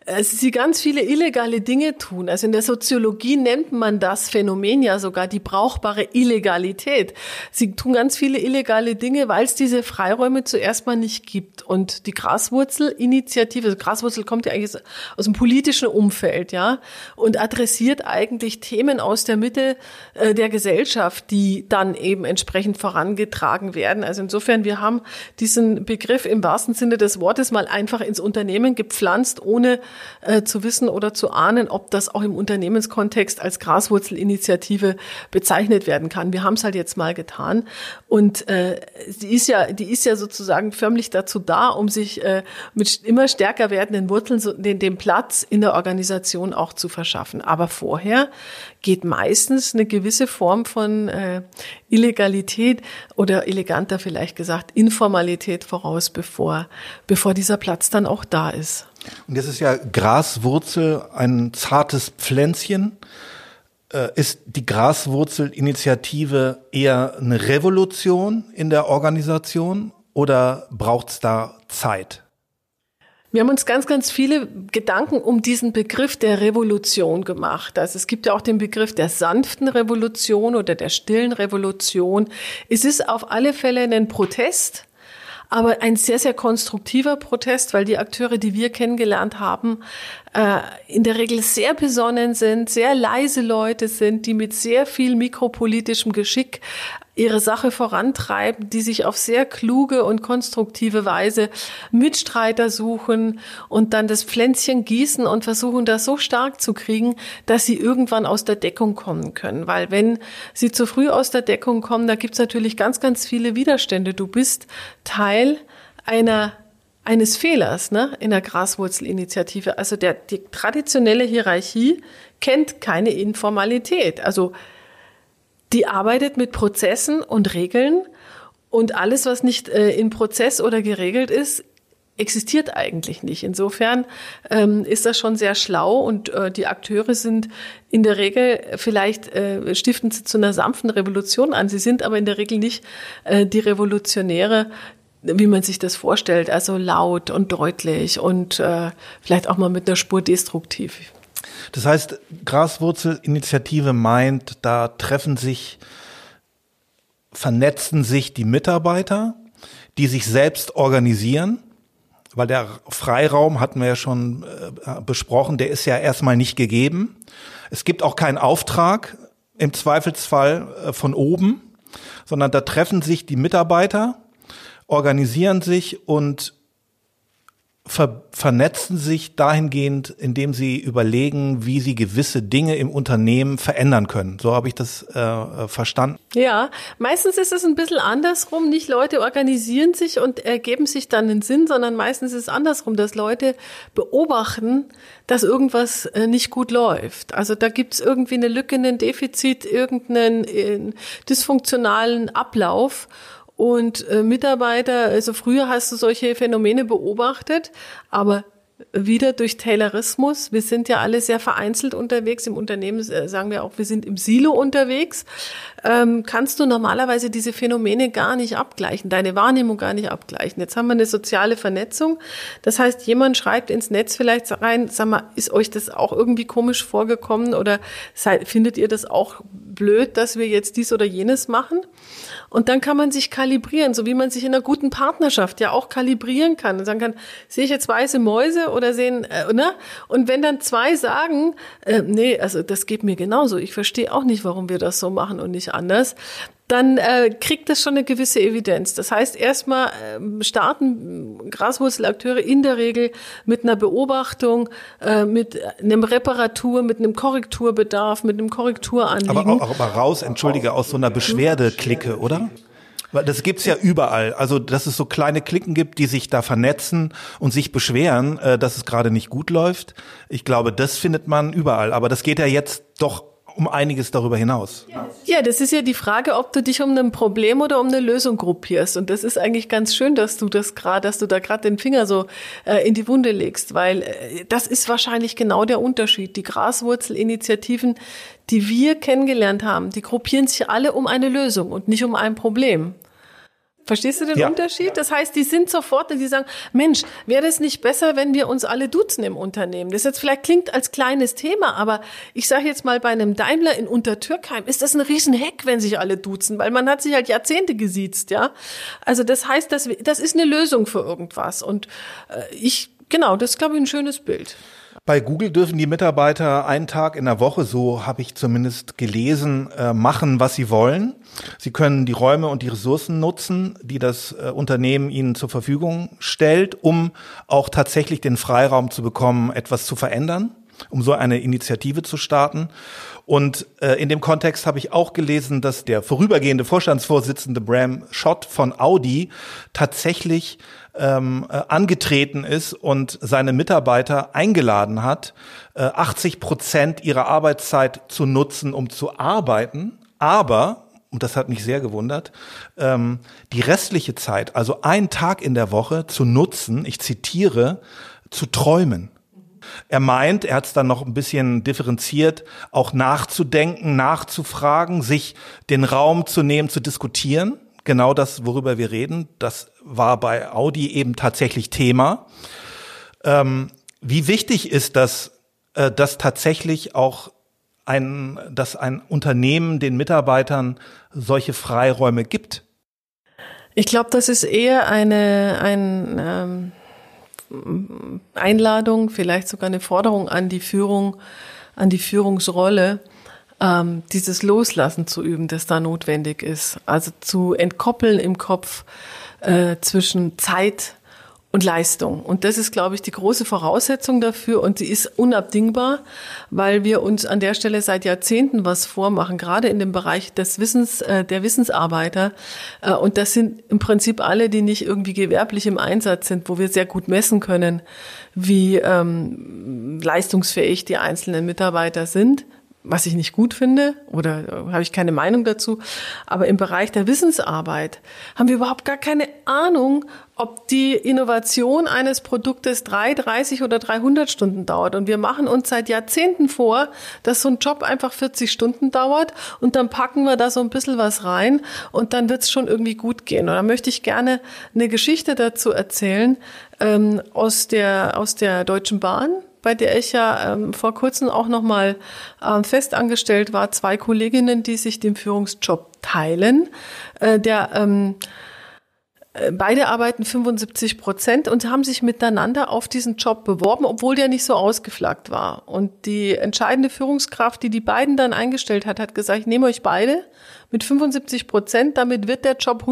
sie ganz viele illegale Dinge tun. Also in der Soziologie nennt man das Phänomen ja sogar die brauchbare Illegalität. Sie tun ganz viele illegale Dinge, weil es diese Freiräume zuerst mal nicht gibt. Und die Graswurzel-Initiative, also Graswurzel kommt ja eigentlich aus dem politischen Umfeld, ja, und adressiert eigentlich Themen aus der Mitte der Gesellschaft, die dann eben entsprechend vorangetragen werden. Also insofern, wir haben diesen Begriff im wahrsten Sinne des Wortes mal einfach ins Unternehmen gepflanzt, ohne zu wissen oder zu ahnen, ob das auch im Unternehmenskontext als Graswurzelinitiative bezeichnet werden kann. Wir haben es halt jetzt mal getan und die ist ja sozusagen förmlich dazu da, um sich mit immer stärker werdenden Wurzeln den Platz in der Organisation auch zu verschaffen. Aber vorher geht meistens eine gewisse Form von Illegalität oder eleganter vielleicht gesagt Informalität voraus, bevor dieser Platz dann auch da ist. Und jetzt ist ja Graswurzel ein zartes Pflänzchen. Ist die Graswurzelinitiative eher eine Revolution in der Organisation oder braucht es da Zeit? Wir haben uns ganz, ganz viele Gedanken um diesen Begriff der Revolution gemacht. Also es gibt ja auch den Begriff der sanften Revolution oder der stillen Revolution. Es ist auf alle Fälle ein Protest, aber ein sehr, sehr konstruktiver Protest, weil die Akteure, die wir kennengelernt haben, in der Regel sehr besonnen sind, sehr leise Leute sind, die mit sehr viel mikropolitischem Geschick ihre Sache vorantreiben, die sich auf sehr kluge und konstruktive Weise Mitstreiter suchen und dann das Pflänzchen gießen und versuchen, das so stark zu kriegen, dass sie irgendwann aus der Deckung kommen können. Weil wenn sie zu früh aus der Deckung kommen, da gibt's natürlich ganz, ganz viele Widerstände. Du bist Teil eines Fehlers, ne, in der Graswurzelinitiative. Also die traditionelle Hierarchie kennt keine Informalität. Also die arbeitet mit Prozessen und Regeln und alles, was nicht in Prozess oder geregelt ist, existiert eigentlich nicht. Insofern ist das schon sehr schlau und die Akteure sind in der Regel, vielleicht stiften sie zu einer sanften Revolution an, sie sind aber in der Regel nicht die Revolutionäre, wie man sich das vorstellt, also laut und deutlich und vielleicht auch mal mit einer Spur destruktiv. Das heißt, Graswurzelinitiative meint, da vernetzen sich die Mitarbeiter, die sich selbst organisieren, weil der Freiraum, hatten wir ja schon besprochen, der ist ja erstmal nicht gegeben. Es gibt auch keinen Auftrag im Zweifelsfall von oben, sondern da treffen sich die Mitarbeiter, organisieren sich und vernetzen sich dahingehend, indem sie überlegen, wie sie gewisse Dinge im Unternehmen verändern können. So habe ich das verstanden. Ja, meistens ist es ein bisschen andersrum. Nicht Leute organisieren sich und ergeben sich dann einen Sinn, sondern meistens ist es andersrum, dass Leute beobachten, dass irgendwas nicht gut läuft. Also da gibt es irgendwie eine Lücke, ein Defizit, irgendeinen dysfunktionalen Ablauf. Und Mitarbeiter, also früher hast du solche Phänomene beobachtet, aber wieder durch Taylorismus. Wir sind ja alle sehr vereinzelt unterwegs. Im Unternehmen sagen wir auch, wir sind im Silo unterwegs. Kannst du normalerweise diese Phänomene gar nicht abgleichen, deine Wahrnehmung gar nicht abgleichen. Jetzt haben wir eine soziale Vernetzung. Das heißt, jemand schreibt ins Netz vielleicht rein, sag mal, ist euch das auch irgendwie komisch vorgekommen oder findet ihr das auch blöd, dass wir jetzt dies oder jenes machen? Und dann kann man sich kalibrieren, so wie man sich in einer guten Partnerschaft ja auch kalibrieren kann und sagen kann, sehe ich jetzt weiße Mäuse oder sehen, ne? Und wenn dann zwei sagen, nee, also das geht mir genauso, ich verstehe auch nicht, warum wir das so machen und nicht anders, dann kriegt das schon eine gewisse Evidenz. Das heißt, erstmal starten Graswurzelakteure in der Regel mit einer Beobachtung, mit einem Reparatur, mit einem Korrekturbedarf, mit einem Korrekturanliegen. Aber raus, entschuldige, aus so einer Beschwerdeklicke, oder? Weil das gibt's ja überall. Also, dass es so kleine Klicken gibt, die sich da vernetzen und sich beschweren, dass es gerade nicht gut läuft. Ich glaube, das findet man überall. Aber das geht ja jetzt doch um einiges darüber hinaus. Ja, das ist ja die Frage, ob du dich um ein Problem oder um eine Lösung gruppierst. Und das ist eigentlich ganz schön, dass du da gerade den Finger so in die Wunde legst, weil das ist wahrscheinlich genau der Unterschied. Die Graswurzelinitiativen, die wir kennengelernt haben, die gruppieren sich alle um eine Lösung und nicht um ein Problem. Verstehst du den Unterschied? Das heißt, die sind sofort und die sagen, Mensch, wäre das nicht besser, wenn wir uns alle duzen im Unternehmen? Das jetzt vielleicht klingt als kleines Thema, aber ich sage jetzt mal, bei einem Daimler in Untertürkheim ist das ein Riesenheck, wenn sich alle duzen, weil man hat sich halt Jahrzehnte gesiezt, ja. Also das heißt, das ist eine Lösung für irgendwas und das ist, glaube ich, ein schönes Bild. Bei Google dürfen die Mitarbeiter einen Tag in der Woche, so habe ich zumindest gelesen, machen, was sie wollen. Sie können die Räume und die Ressourcen nutzen, die das Unternehmen ihnen zur Verfügung stellt, um auch tatsächlich den Freiraum zu bekommen, etwas zu verändern, um so eine Initiative zu starten. Und in dem Kontext habe ich auch gelesen, dass der vorübergehende Vorstandsvorsitzende Bram Schott von Audi tatsächlich angetreten ist und seine Mitarbeiter eingeladen hat, 80% ihrer Arbeitszeit zu nutzen, um zu arbeiten, aber, und das hat mich sehr gewundert, die restliche Zeit, also einen Tag in der Woche zu nutzen, ich zitiere, zu träumen. Er meint, er hat es dann noch ein bisschen differenziert, auch nachzudenken, nachzufragen, sich den Raum zu nehmen, zu diskutieren. Genau das, worüber wir reden, das war bei Audi eben tatsächlich Thema. Wie wichtig ist das, dass tatsächlich auch dass ein Unternehmen den Mitarbeitern solche Freiräume gibt? Ich glaube, das ist eher eine Einladung, vielleicht sogar eine Forderung an die Führung, an die Führungsrolle, dieses Loslassen zu üben, das da notwendig ist. Also zu entkoppeln im Kopf zwischen Zeit und Leistung. Und das ist, glaube ich, die große Voraussetzung dafür und sie ist unabdingbar, weil wir uns an der Stelle seit Jahrzehnten was vormachen, gerade in dem Bereich des Wissens, der Wissensarbeiter. Und das sind im Prinzip alle, die nicht irgendwie gewerblich im Einsatz sind, wo wir sehr gut messen können, wie leistungsfähig die einzelnen Mitarbeiter sind. Was ich nicht gut finde oder habe ich keine Meinung dazu. Aber im Bereich der Wissensarbeit haben wir überhaupt gar keine Ahnung, ob die Innovation eines Produktes 3, 30 oder 300 Stunden dauert. Und wir machen uns seit Jahrzehnten vor, dass so ein Job einfach 40 Stunden dauert und dann packen wir da so ein bisschen was rein und dann wird es schon irgendwie gut gehen. Und da möchte ich gerne eine Geschichte dazu erzählen aus der Deutschen Bahn, bei der ich ja vor kurzem auch nochmal fest angestellt war, 2 Kolleginnen, die sich den Führungsjob teilen. Beide arbeiten 75% und haben sich miteinander auf diesen Job beworben, obwohl der nicht so ausgeflaggt war. Und die entscheidende Führungskraft, die beiden dann eingestellt hat, hat gesagt, ich nehme euch beide mit 75%, damit wird der Job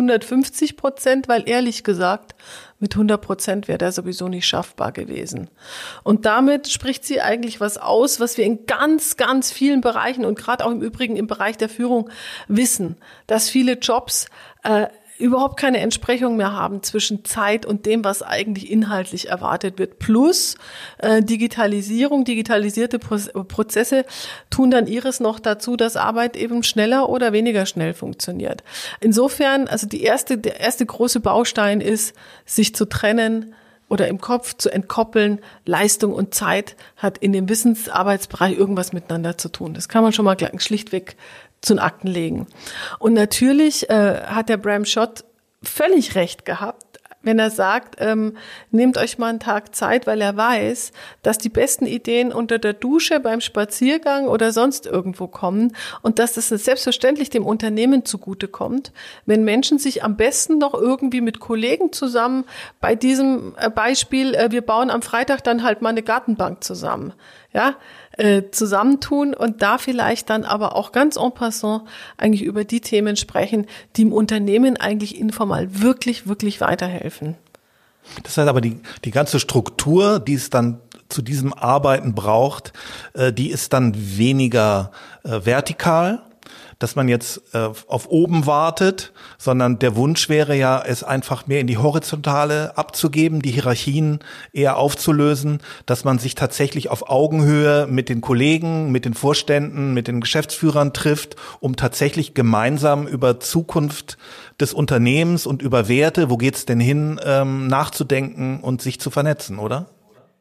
150%, weil ehrlich gesagt, mit 100% wäre der sowieso nicht schaffbar gewesen. Und damit spricht sie eigentlich was aus, was wir in ganz, ganz vielen Bereichen und gerade auch im Übrigen im Bereich der Führung wissen, dass viele Jobs überhaupt keine Entsprechung mehr haben zwischen Zeit und dem, was eigentlich inhaltlich erwartet wird. Plus Digitalisierung, digitalisierte Prozesse tun dann ihres noch dazu, dass Arbeit eben schneller oder weniger schnell funktioniert. Insofern, also der erste große Baustein ist, sich zu trennen oder im Kopf zu entkoppeln. Leistung und Zeit hat in dem Wissensarbeitsbereich irgendwas miteinander zu tun. Das kann man schon mal schlichtweg zu den Akten legen. Und natürlich hat der Bram Schott völlig recht gehabt, wenn er sagt, nehmt euch mal einen Tag Zeit, weil er weiß, dass die besten Ideen unter der Dusche, beim Spaziergang oder sonst irgendwo kommen und dass das selbstverständlich dem Unternehmen zugutekommt, wenn Menschen sich am besten noch irgendwie mit Kollegen zusammen, bei diesem Beispiel, wir bauen am Freitag dann halt mal eine Gartenbank zusammen, ja, zusammentun und da vielleicht dann aber auch ganz en passant eigentlich über die Themen sprechen, die im Unternehmen eigentlich informell wirklich, wirklich weiterhelfen. Das heißt aber, die ganze Struktur, die es dann zu diesem Arbeiten braucht, die ist dann weniger vertikal, dass man jetzt auf oben wartet, sondern der Wunsch wäre ja, es einfach mehr in die Horizontale abzugeben, die Hierarchien eher aufzulösen, dass man sich tatsächlich auf Augenhöhe mit den Kollegen, mit den Vorständen, mit den Geschäftsführern trifft, um tatsächlich gemeinsam über Zukunft des Unternehmens und über Werte, wo geht's denn hin, nachzudenken und sich zu vernetzen, oder?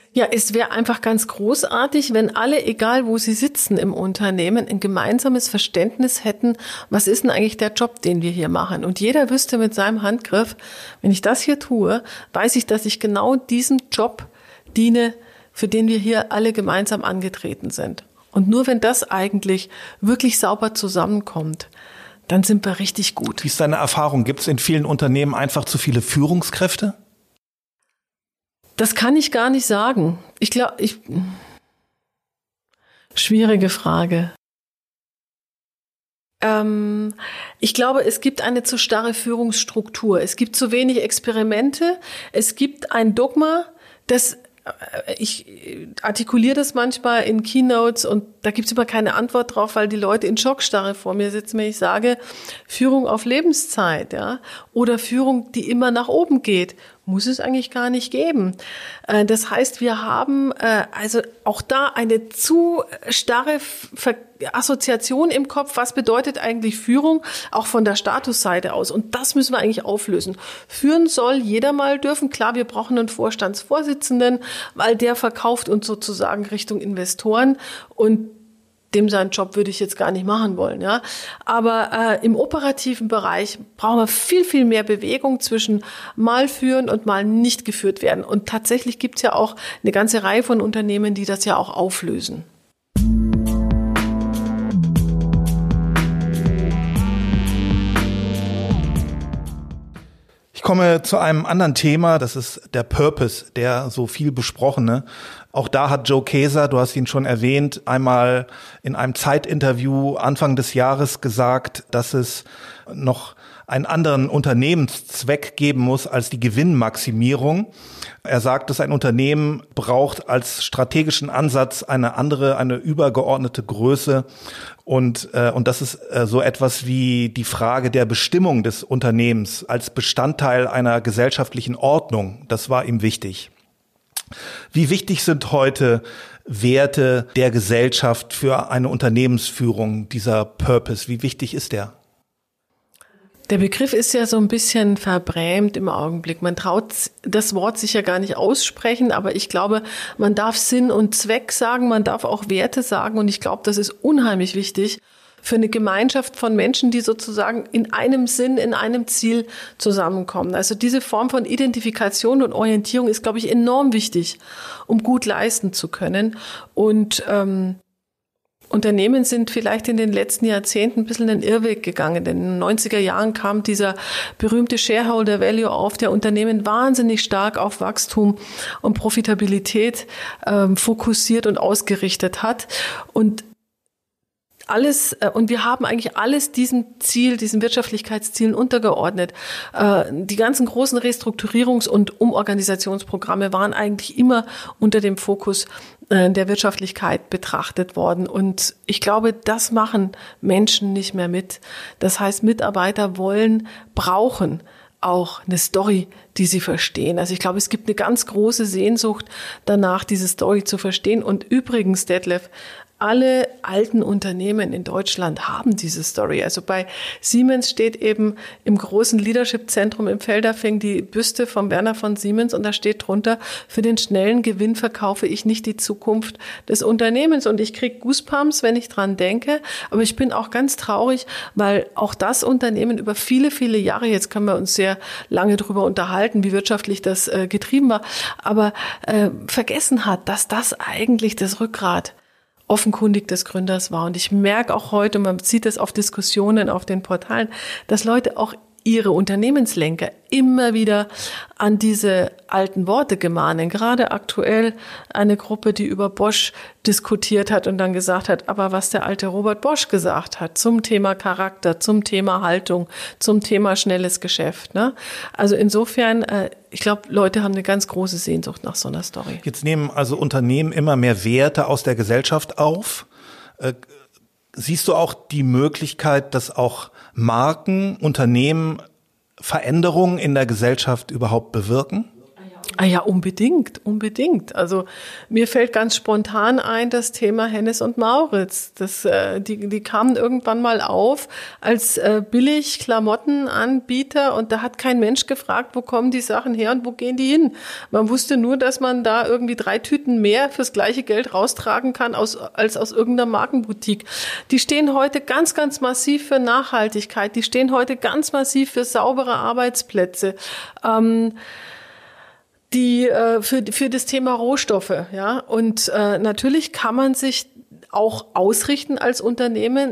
Ja, es wäre einfach ganz großartig, wenn alle, egal wo sie sitzen im Unternehmen, ein gemeinsames Verständnis hätten, was ist denn eigentlich der Job, den wir hier machen? Und jeder wüsste mit seinem Handgriff, wenn ich das hier tue, weiß ich, dass ich genau diesem Job diene, für den wir hier alle gemeinsam angetreten sind. Und nur wenn das eigentlich wirklich sauber zusammenkommt, dann sind wir richtig gut. Wie ist deine Erfahrung? Gibt es in vielen Unternehmen einfach zu viele Führungskräfte? Das kann ich gar nicht sagen. Schwierige Frage. Ich glaube, es gibt eine zu starre Führungsstruktur. Es gibt zu wenig Experimente. Es gibt ein Dogma, ich artikuliere das manchmal in Keynotes und da gibt es immer keine Antwort drauf, weil die Leute in Schockstarre vor mir sitzen, wenn ich sage, Führung auf Lebenszeit, ja, oder Führung, die immer nach oben geht, muss es eigentlich gar nicht geben. Das heißt, wir haben also auch da eine zu starre Assoziation im Kopf. Was bedeutet eigentlich Führung, auch von der Statusseite aus? Und das müssen wir eigentlich auflösen. Führen soll jeder mal dürfen. Klar, wir brauchen einen Vorstandsvorsitzenden, weil der verkauft uns sozusagen Richtung Investoren und dem seinen Job würde ich jetzt gar nicht machen wollen, ja. Aber im operativen Bereich brauchen wir viel, viel mehr Bewegung zwischen mal führen und mal nicht geführt werden. Und tatsächlich gibt's ja auch eine ganze Reihe von Unternehmen, die das ja auch auflösen. Ich komme zu einem anderen Thema, das ist der Purpose, der so viel besprochene. Auch da hat Joe Kaeser, du hast ihn schon erwähnt, einmal in einem Zeitinterview Anfang des Jahres gesagt, dass es noch einen anderen Unternehmenszweck geben muss als die Gewinnmaximierung. Er sagt, dass ein Unternehmen braucht als strategischen Ansatz eine übergeordnete Größe. Und das ist so etwas wie die Frage der Bestimmung des Unternehmens als Bestandteil einer gesellschaftlichen Ordnung. Das war ihm wichtig. Wie wichtig sind heute Werte der Gesellschaft für eine Unternehmensführung, dieser Purpose? Wie wichtig ist der? Der Begriff ist ja so ein bisschen verbrämt im Augenblick. Man traut das Wort sich ja gar nicht aussprechen, aber ich glaube, man darf Sinn und Zweck sagen, man darf auch Werte sagen und ich glaube, das ist unheimlich wichtig für eine Gemeinschaft von Menschen, die sozusagen in einem Sinn, in einem Ziel zusammenkommen. Also diese Form von Identifikation und Orientierung ist, glaube ich, enorm wichtig, um gut leisten zu können. Und Unternehmen sind vielleicht in den letzten Jahrzehnten ein bisschen den Irrweg gegangen. Denn in den 90er Jahren kam dieser berühmte Shareholder Value auf, der Unternehmen wahnsinnig stark auf Wachstum und Profitabilität fokussiert und ausgerichtet hat. Und wir haben eigentlich alles diesen Wirtschaftlichkeitszielen untergeordnet. Die ganzen großen Restrukturierungs- und Umorganisationsprogramme waren eigentlich immer unter dem Fokus der Wirtschaftlichkeit betrachtet worden. Und ich glaube, das machen Menschen nicht mehr mit. Das heißt, Mitarbeiter brauchen auch eine Story, die sie verstehen. Also ich glaube, es gibt eine ganz große Sehnsucht danach, diese Story zu verstehen. Und übrigens, Detlef, alle alten Unternehmen in Deutschland haben diese Story. Also bei Siemens steht eben im großen Leadership-Zentrum im Feldafing die Büste von Werner von Siemens und da steht drunter, für den schnellen Gewinn verkaufe ich nicht die Zukunft des Unternehmens. Und ich kriege Goosebumps, wenn ich dran denke. Aber ich bin auch ganz traurig, weil auch das Unternehmen über viele, viele Jahre, jetzt können wir uns sehr lange drüber unterhalten, wie wirtschaftlich das getrieben war, aber vergessen hat, dass das eigentlich das Rückgrat offenkundig des Gründers war. Und ich merke auch heute, man sieht es auf Diskussionen auf den Portalen, dass Leute auch ihre Unternehmenslenker immer wieder an diese alten Worte gemahnen. Gerade aktuell eine Gruppe, die über Bosch diskutiert hat und dann gesagt hat, aber was der alte Robert Bosch gesagt hat zum Thema Charakter, zum Thema Haltung, zum Thema schnelles Geschäft. Ne? Also insofern, ich glaube, Leute haben eine ganz große Sehnsucht nach so einer Story. Jetzt nehmen also Unternehmen immer mehr Werte aus der Gesellschaft auf. Siehst du auch die Möglichkeit, dass auch Marken, Unternehmen Veränderungen in der Gesellschaft überhaupt bewirken? Ah ja, unbedingt. Also mir fällt ganz spontan ein das Thema Hennes und Mauritz. Die kamen irgendwann mal auf als billig Klamottenanbieter und da hat kein Mensch gefragt, wo kommen die Sachen her und wo gehen die hin. Man wusste nur, dass man da irgendwie 3 Tüten mehr fürs gleiche Geld raustragen kann als aus irgendeiner Markenboutique. Die stehen heute ganz, ganz massiv für Nachhaltigkeit. Die stehen heute ganz massiv für saubere Arbeitsplätze. Für das Thema Rohstoffe, ja. Und natürlich kann man sich auch ausrichten als Unternehmen,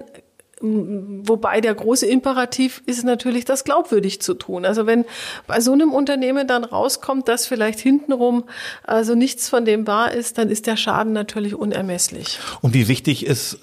wobei der große Imperativ ist natürlich, das glaubwürdig zu tun. Also wenn bei so einem Unternehmen dann rauskommt, dass vielleicht hintenrum also nichts von dem wahr ist, dann ist der Schaden natürlich unermesslich. Und wie wichtig ist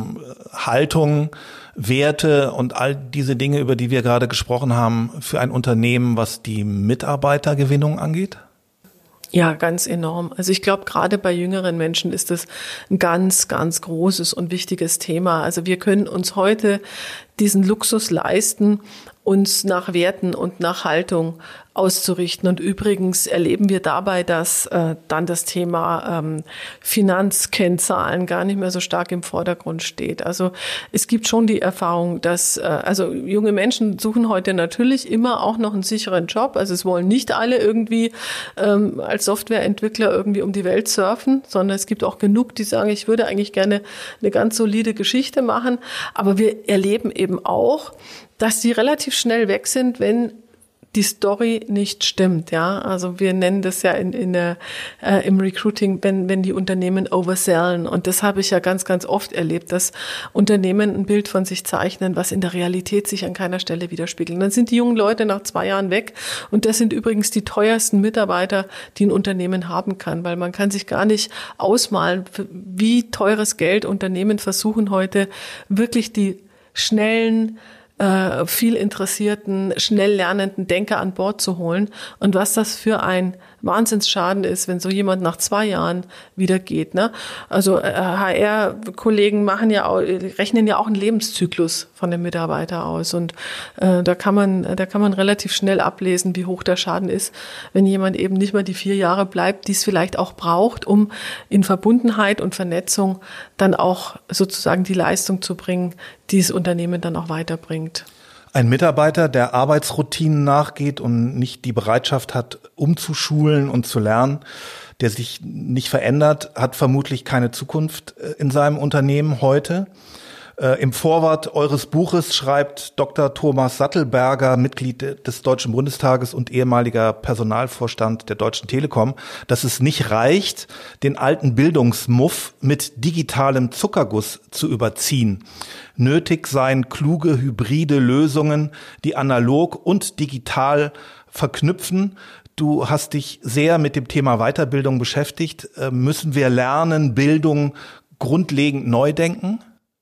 Haltung, Werte und all diese Dinge, über die wir gerade gesprochen haben, für ein Unternehmen, was die Mitarbeitergewinnung angeht? Ja, ganz enorm. Also ich glaube, gerade bei jüngeren Menschen ist das ein ganz, ganz großes und wichtiges Thema. Also wir können uns heute diesen Luxus leisten, uns nach Werten und nach Haltung auszurichten. Und übrigens erleben wir dabei, dass dann das Thema Finanzkennzahlen gar nicht mehr so stark im Vordergrund steht. Also es gibt schon die Erfahrung, dass also junge Menschen suchen heute natürlich immer auch noch einen sicheren Job. Also es wollen nicht alle irgendwie als Softwareentwickler irgendwie um die Welt surfen, sondern es gibt auch genug, die sagen, ich würde eigentlich gerne eine ganz solide Geschichte machen. Aber wir erleben eben auch, dass die relativ schnell weg sind, wenn die Story nicht stimmt, ja. Also wir nennen das ja im Recruiting, wenn die Unternehmen oversellen. Und das habe ich ja ganz, ganz oft erlebt, dass Unternehmen ein Bild von sich zeichnen, was in der Realität sich an keiner Stelle widerspiegelt. Und dann sind die jungen Leute nach 2 Jahren weg. Und das sind übrigens die teuersten Mitarbeiter, die ein Unternehmen haben kann, weil man kann sich gar nicht ausmalen, wie teures Geld Unternehmen versuchen heute wirklich die schnellen, viel interessierten, schnell lernenden Denker an Bord zu holen und was das für ein Wahnsinnsschaden ist, wenn so jemand nach 2 Jahren wieder geht, ne? Also HR-Kollegen rechnen ja auch einen Lebenszyklus von dem Mitarbeiter aus und da kann man relativ schnell ablesen, wie hoch der Schaden ist, wenn jemand eben nicht mal die 4 Jahre bleibt, die es vielleicht auch braucht, um in Verbundenheit und Vernetzung dann auch sozusagen die Leistung zu bringen, die das Unternehmen dann auch weiterbringt. Ein Mitarbeiter, der Arbeitsroutinen nachgeht und nicht die Bereitschaft hat, umzuschulen und zu lernen, der sich nicht verändert, hat vermutlich keine Zukunft in seinem Unternehmen heute. Im Vorwort eures Buches schreibt Dr. Thomas Sattelberger, Mitglied des Deutschen Bundestages und ehemaliger Personalvorstand der Deutschen Telekom, dass es nicht reicht, den alten Bildungsmuff mit digitalem Zuckerguss zu überziehen. Nötig seien kluge, hybride Lösungen, die analog und digital verknüpfen. Du hast dich sehr mit dem Thema Weiterbildung beschäftigt. Müssen wir lernen, Bildung grundlegend neu denken?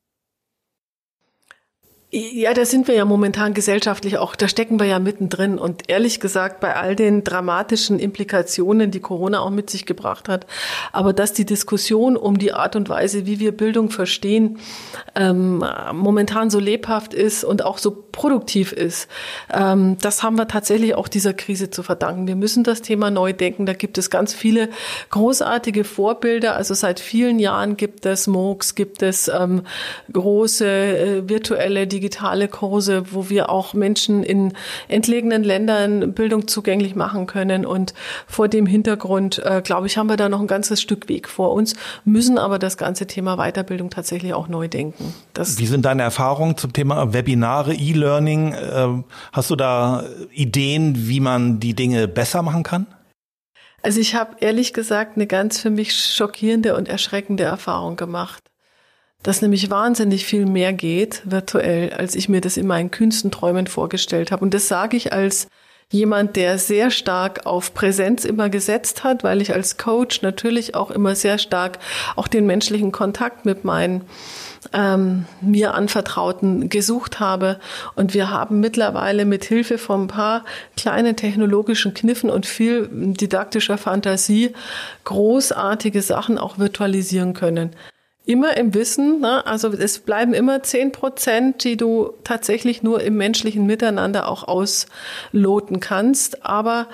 Ja, da sind wir ja momentan gesellschaftlich auch, da stecken wir ja mittendrin. Und ehrlich gesagt, bei all den dramatischen Implikationen, die Corona auch mit sich gebracht hat, aber dass die Diskussion um die Art und Weise, wie wir Bildung verstehen, momentan so lebhaft ist und auch so produktiv ist, das haben wir tatsächlich auch dieser Krise zu verdanken. Wir müssen das Thema neu denken. Da gibt es ganz viele großartige Vorbilder. Also seit vielen Jahren gibt es MOOCs, gibt es große virtuelle digitale Kurse, wo wir auch Menschen in entlegenen Ländern Bildung zugänglich machen können. Und vor dem Hintergrund, glaube ich, haben wir da noch ein ganzes Stück Weg vor uns, müssen aber das ganze Thema Weiterbildung tatsächlich auch neu denken. Wie sind deine Erfahrungen zum Thema Webinare, E-Learning? Hast du da Ideen, wie man die Dinge besser machen kann? Also ich habe ehrlich gesagt eine ganz für mich schockierende und erschreckende Erfahrung gemacht. Dass nämlich wahnsinnig viel mehr geht virtuell, als ich mir das in meinen kühnsten Träumen vorgestellt habe. Und das sage ich als jemand, der sehr stark auf Präsenz immer gesetzt hat, weil ich als Coach natürlich auch immer sehr stark auch den menschlichen Kontakt mit meinen mir Anvertrauten gesucht habe. Und wir haben mittlerweile mit Hilfe von ein paar kleinen technologischen Kniffen und viel didaktischer Fantasie großartige Sachen auch virtualisieren können. immer im Wissen, ne? Also es bleiben immer 10%, die du tatsächlich nur im menschlichen Miteinander auch ausloten kannst. Aber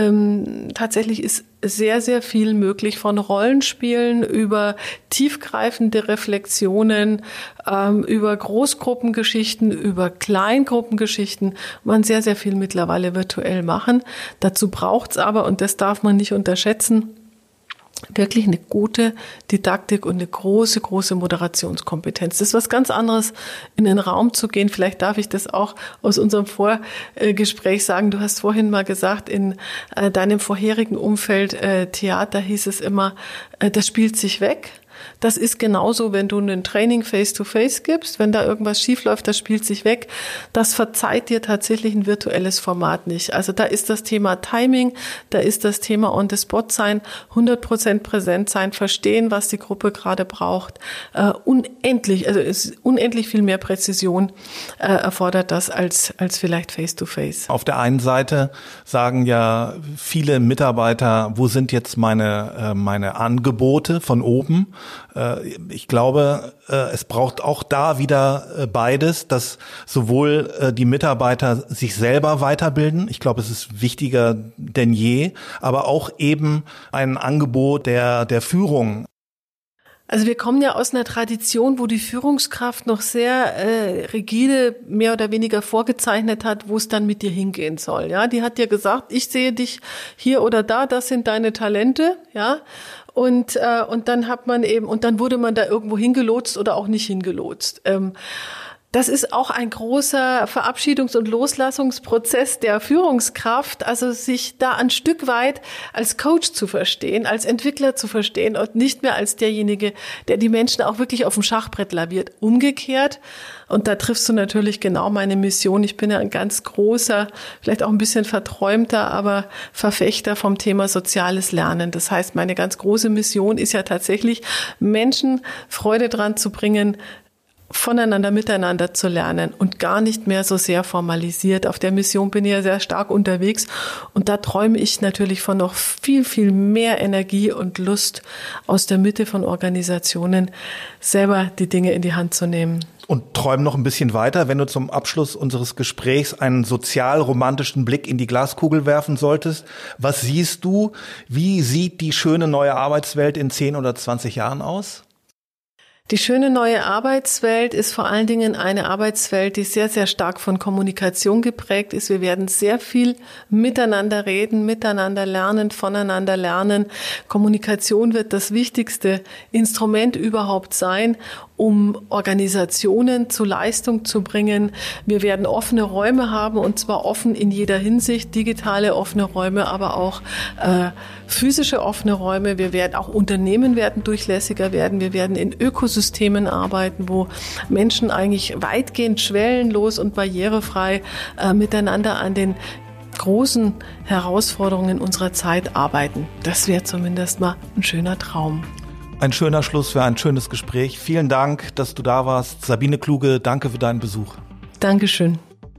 tatsächlich ist sehr, sehr viel möglich, von Rollenspielen über tiefgreifende Reflexionen, über Großgruppengeschichten, über Kleingruppengeschichten. Man sehr, sehr viel mittlerweile virtuell machen. Dazu braucht's aber, und das darf man nicht unterschätzen, wirklich eine gute Didaktik und eine große, große Moderationskompetenz. Das ist was ganz anderes, in den Raum zu gehen. Vielleicht darf ich das auch aus unserem Vorgespräch sagen. Du hast vorhin mal gesagt, in deinem vorherigen Umfeld Theater hieß es immer, das spielt sich weg. Das ist genauso, wenn du ein Training face-to-face gibst, wenn da irgendwas schiefläuft, das spielt sich weg. Das verzeiht dir tatsächlich ein virtuelles Format nicht. Also da ist das Thema Timing, da ist das Thema On-the-Spot sein, 100% präsent sein, verstehen, was die Gruppe gerade braucht. Unendlich viel mehr Präzision erfordert das als vielleicht face-to-face. Auf der einen Seite sagen ja viele Mitarbeiter, wo sind jetzt meine Angebote von oben? Ich glaube, es braucht auch da wieder beides, dass sowohl die Mitarbeiter sich selber weiterbilden, ich glaube, es ist wichtiger denn je, aber auch eben ein Angebot der Führung. Also wir kommen ja aus einer Tradition, wo die Führungskraft noch sehr rigide, mehr oder weniger vorgezeichnet hat, wo es dann mit dir hingehen soll. Ja, die hat dir gesagt, ich sehe dich hier oder da, das sind deine Talente, ja. Und dann dann wurde man da irgendwo hingelotst oder auch nicht hingelotst. Das ist auch ein großer Verabschiedungs- und Loslassungsprozess der Führungskraft, also sich da ein Stück weit als Coach zu verstehen, als Entwickler zu verstehen und nicht mehr als derjenige, der die Menschen auch wirklich auf dem Schachbrett laviert. Umgekehrt, und da triffst du natürlich genau meine Mission. Ich bin ja ein ganz großer, vielleicht auch ein bisschen verträumter, aber Verfechter vom Thema soziales Lernen. Das heißt, meine ganz große Mission ist ja tatsächlich, Menschen Freude dran zu bringen, voneinander, miteinander zu lernen und gar nicht mehr so sehr formalisiert. Auf der Mission bin ich ja sehr stark unterwegs und da träume ich natürlich von noch viel, viel mehr Energie und Lust aus der Mitte von Organisationen, selber die Dinge in die Hand zu nehmen. Und träum noch ein bisschen weiter, wenn du zum Abschluss unseres Gesprächs einen sozial-romantischen Blick in die Glaskugel werfen solltest. Was siehst du? Wie sieht die schöne neue Arbeitswelt in 10 oder 20 Jahren aus? Die schöne neue Arbeitswelt ist vor allen Dingen eine Arbeitswelt, die sehr, sehr stark von Kommunikation geprägt ist. Wir werden sehr viel miteinander reden, miteinander lernen, voneinander lernen. Kommunikation wird das wichtigste Instrument überhaupt sein, um Organisationen zu Leistung zu bringen. Wir werden offene Räume haben, und zwar offen in jeder Hinsicht, digitale offene Räume, aber auch physische offene Räume. Auch Unternehmen werden durchlässiger werden. Wir werden in Ökosystemen arbeiten, wo Menschen eigentlich weitgehend schwellenlos und barrierefrei miteinander an den großen Herausforderungen unserer Zeit arbeiten. Das wäre zumindest mal ein schöner Traum. Ein schöner Schluss für ein schönes Gespräch. Vielen Dank, dass du da warst. Sabine Kluge, danke für deinen Besuch. Dankeschön.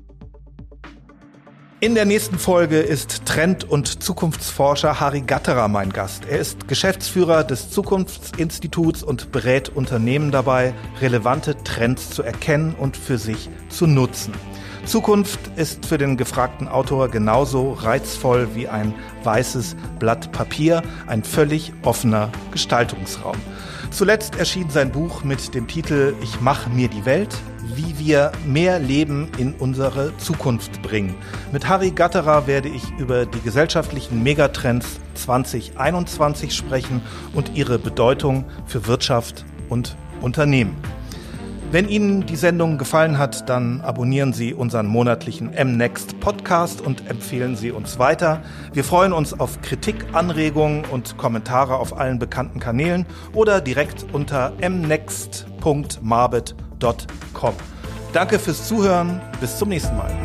In der nächsten Folge ist Trend- und Zukunftsforscher Harry Gatterer mein Gast. Er ist Geschäftsführer des Zukunftsinstituts und berät Unternehmen dabei, relevante Trends zu erkennen und für sich zu nutzen. Zukunft ist für den gefragten Autor genauso reizvoll wie ein weißes Blatt Papier, ein völlig offener Gestaltungsraum. Zuletzt erschien sein Buch mit dem Titel »Ich mach mir die Welt«, wie wir mehr Leben in unsere Zukunft bringen. Mit Harry Gatterer werde ich über die gesellschaftlichen Megatrends 2021 sprechen und ihre Bedeutung für Wirtschaft und Unternehmen. Wenn Ihnen die Sendung gefallen hat, dann abonnieren Sie unseren monatlichen MNext Podcast und empfehlen Sie uns weiter. Wir freuen uns auf Kritik, Anregungen und Kommentare auf allen bekannten Kanälen oder direkt unter mnext.marbet.com. Danke fürs Zuhören. Bis zum nächsten Mal.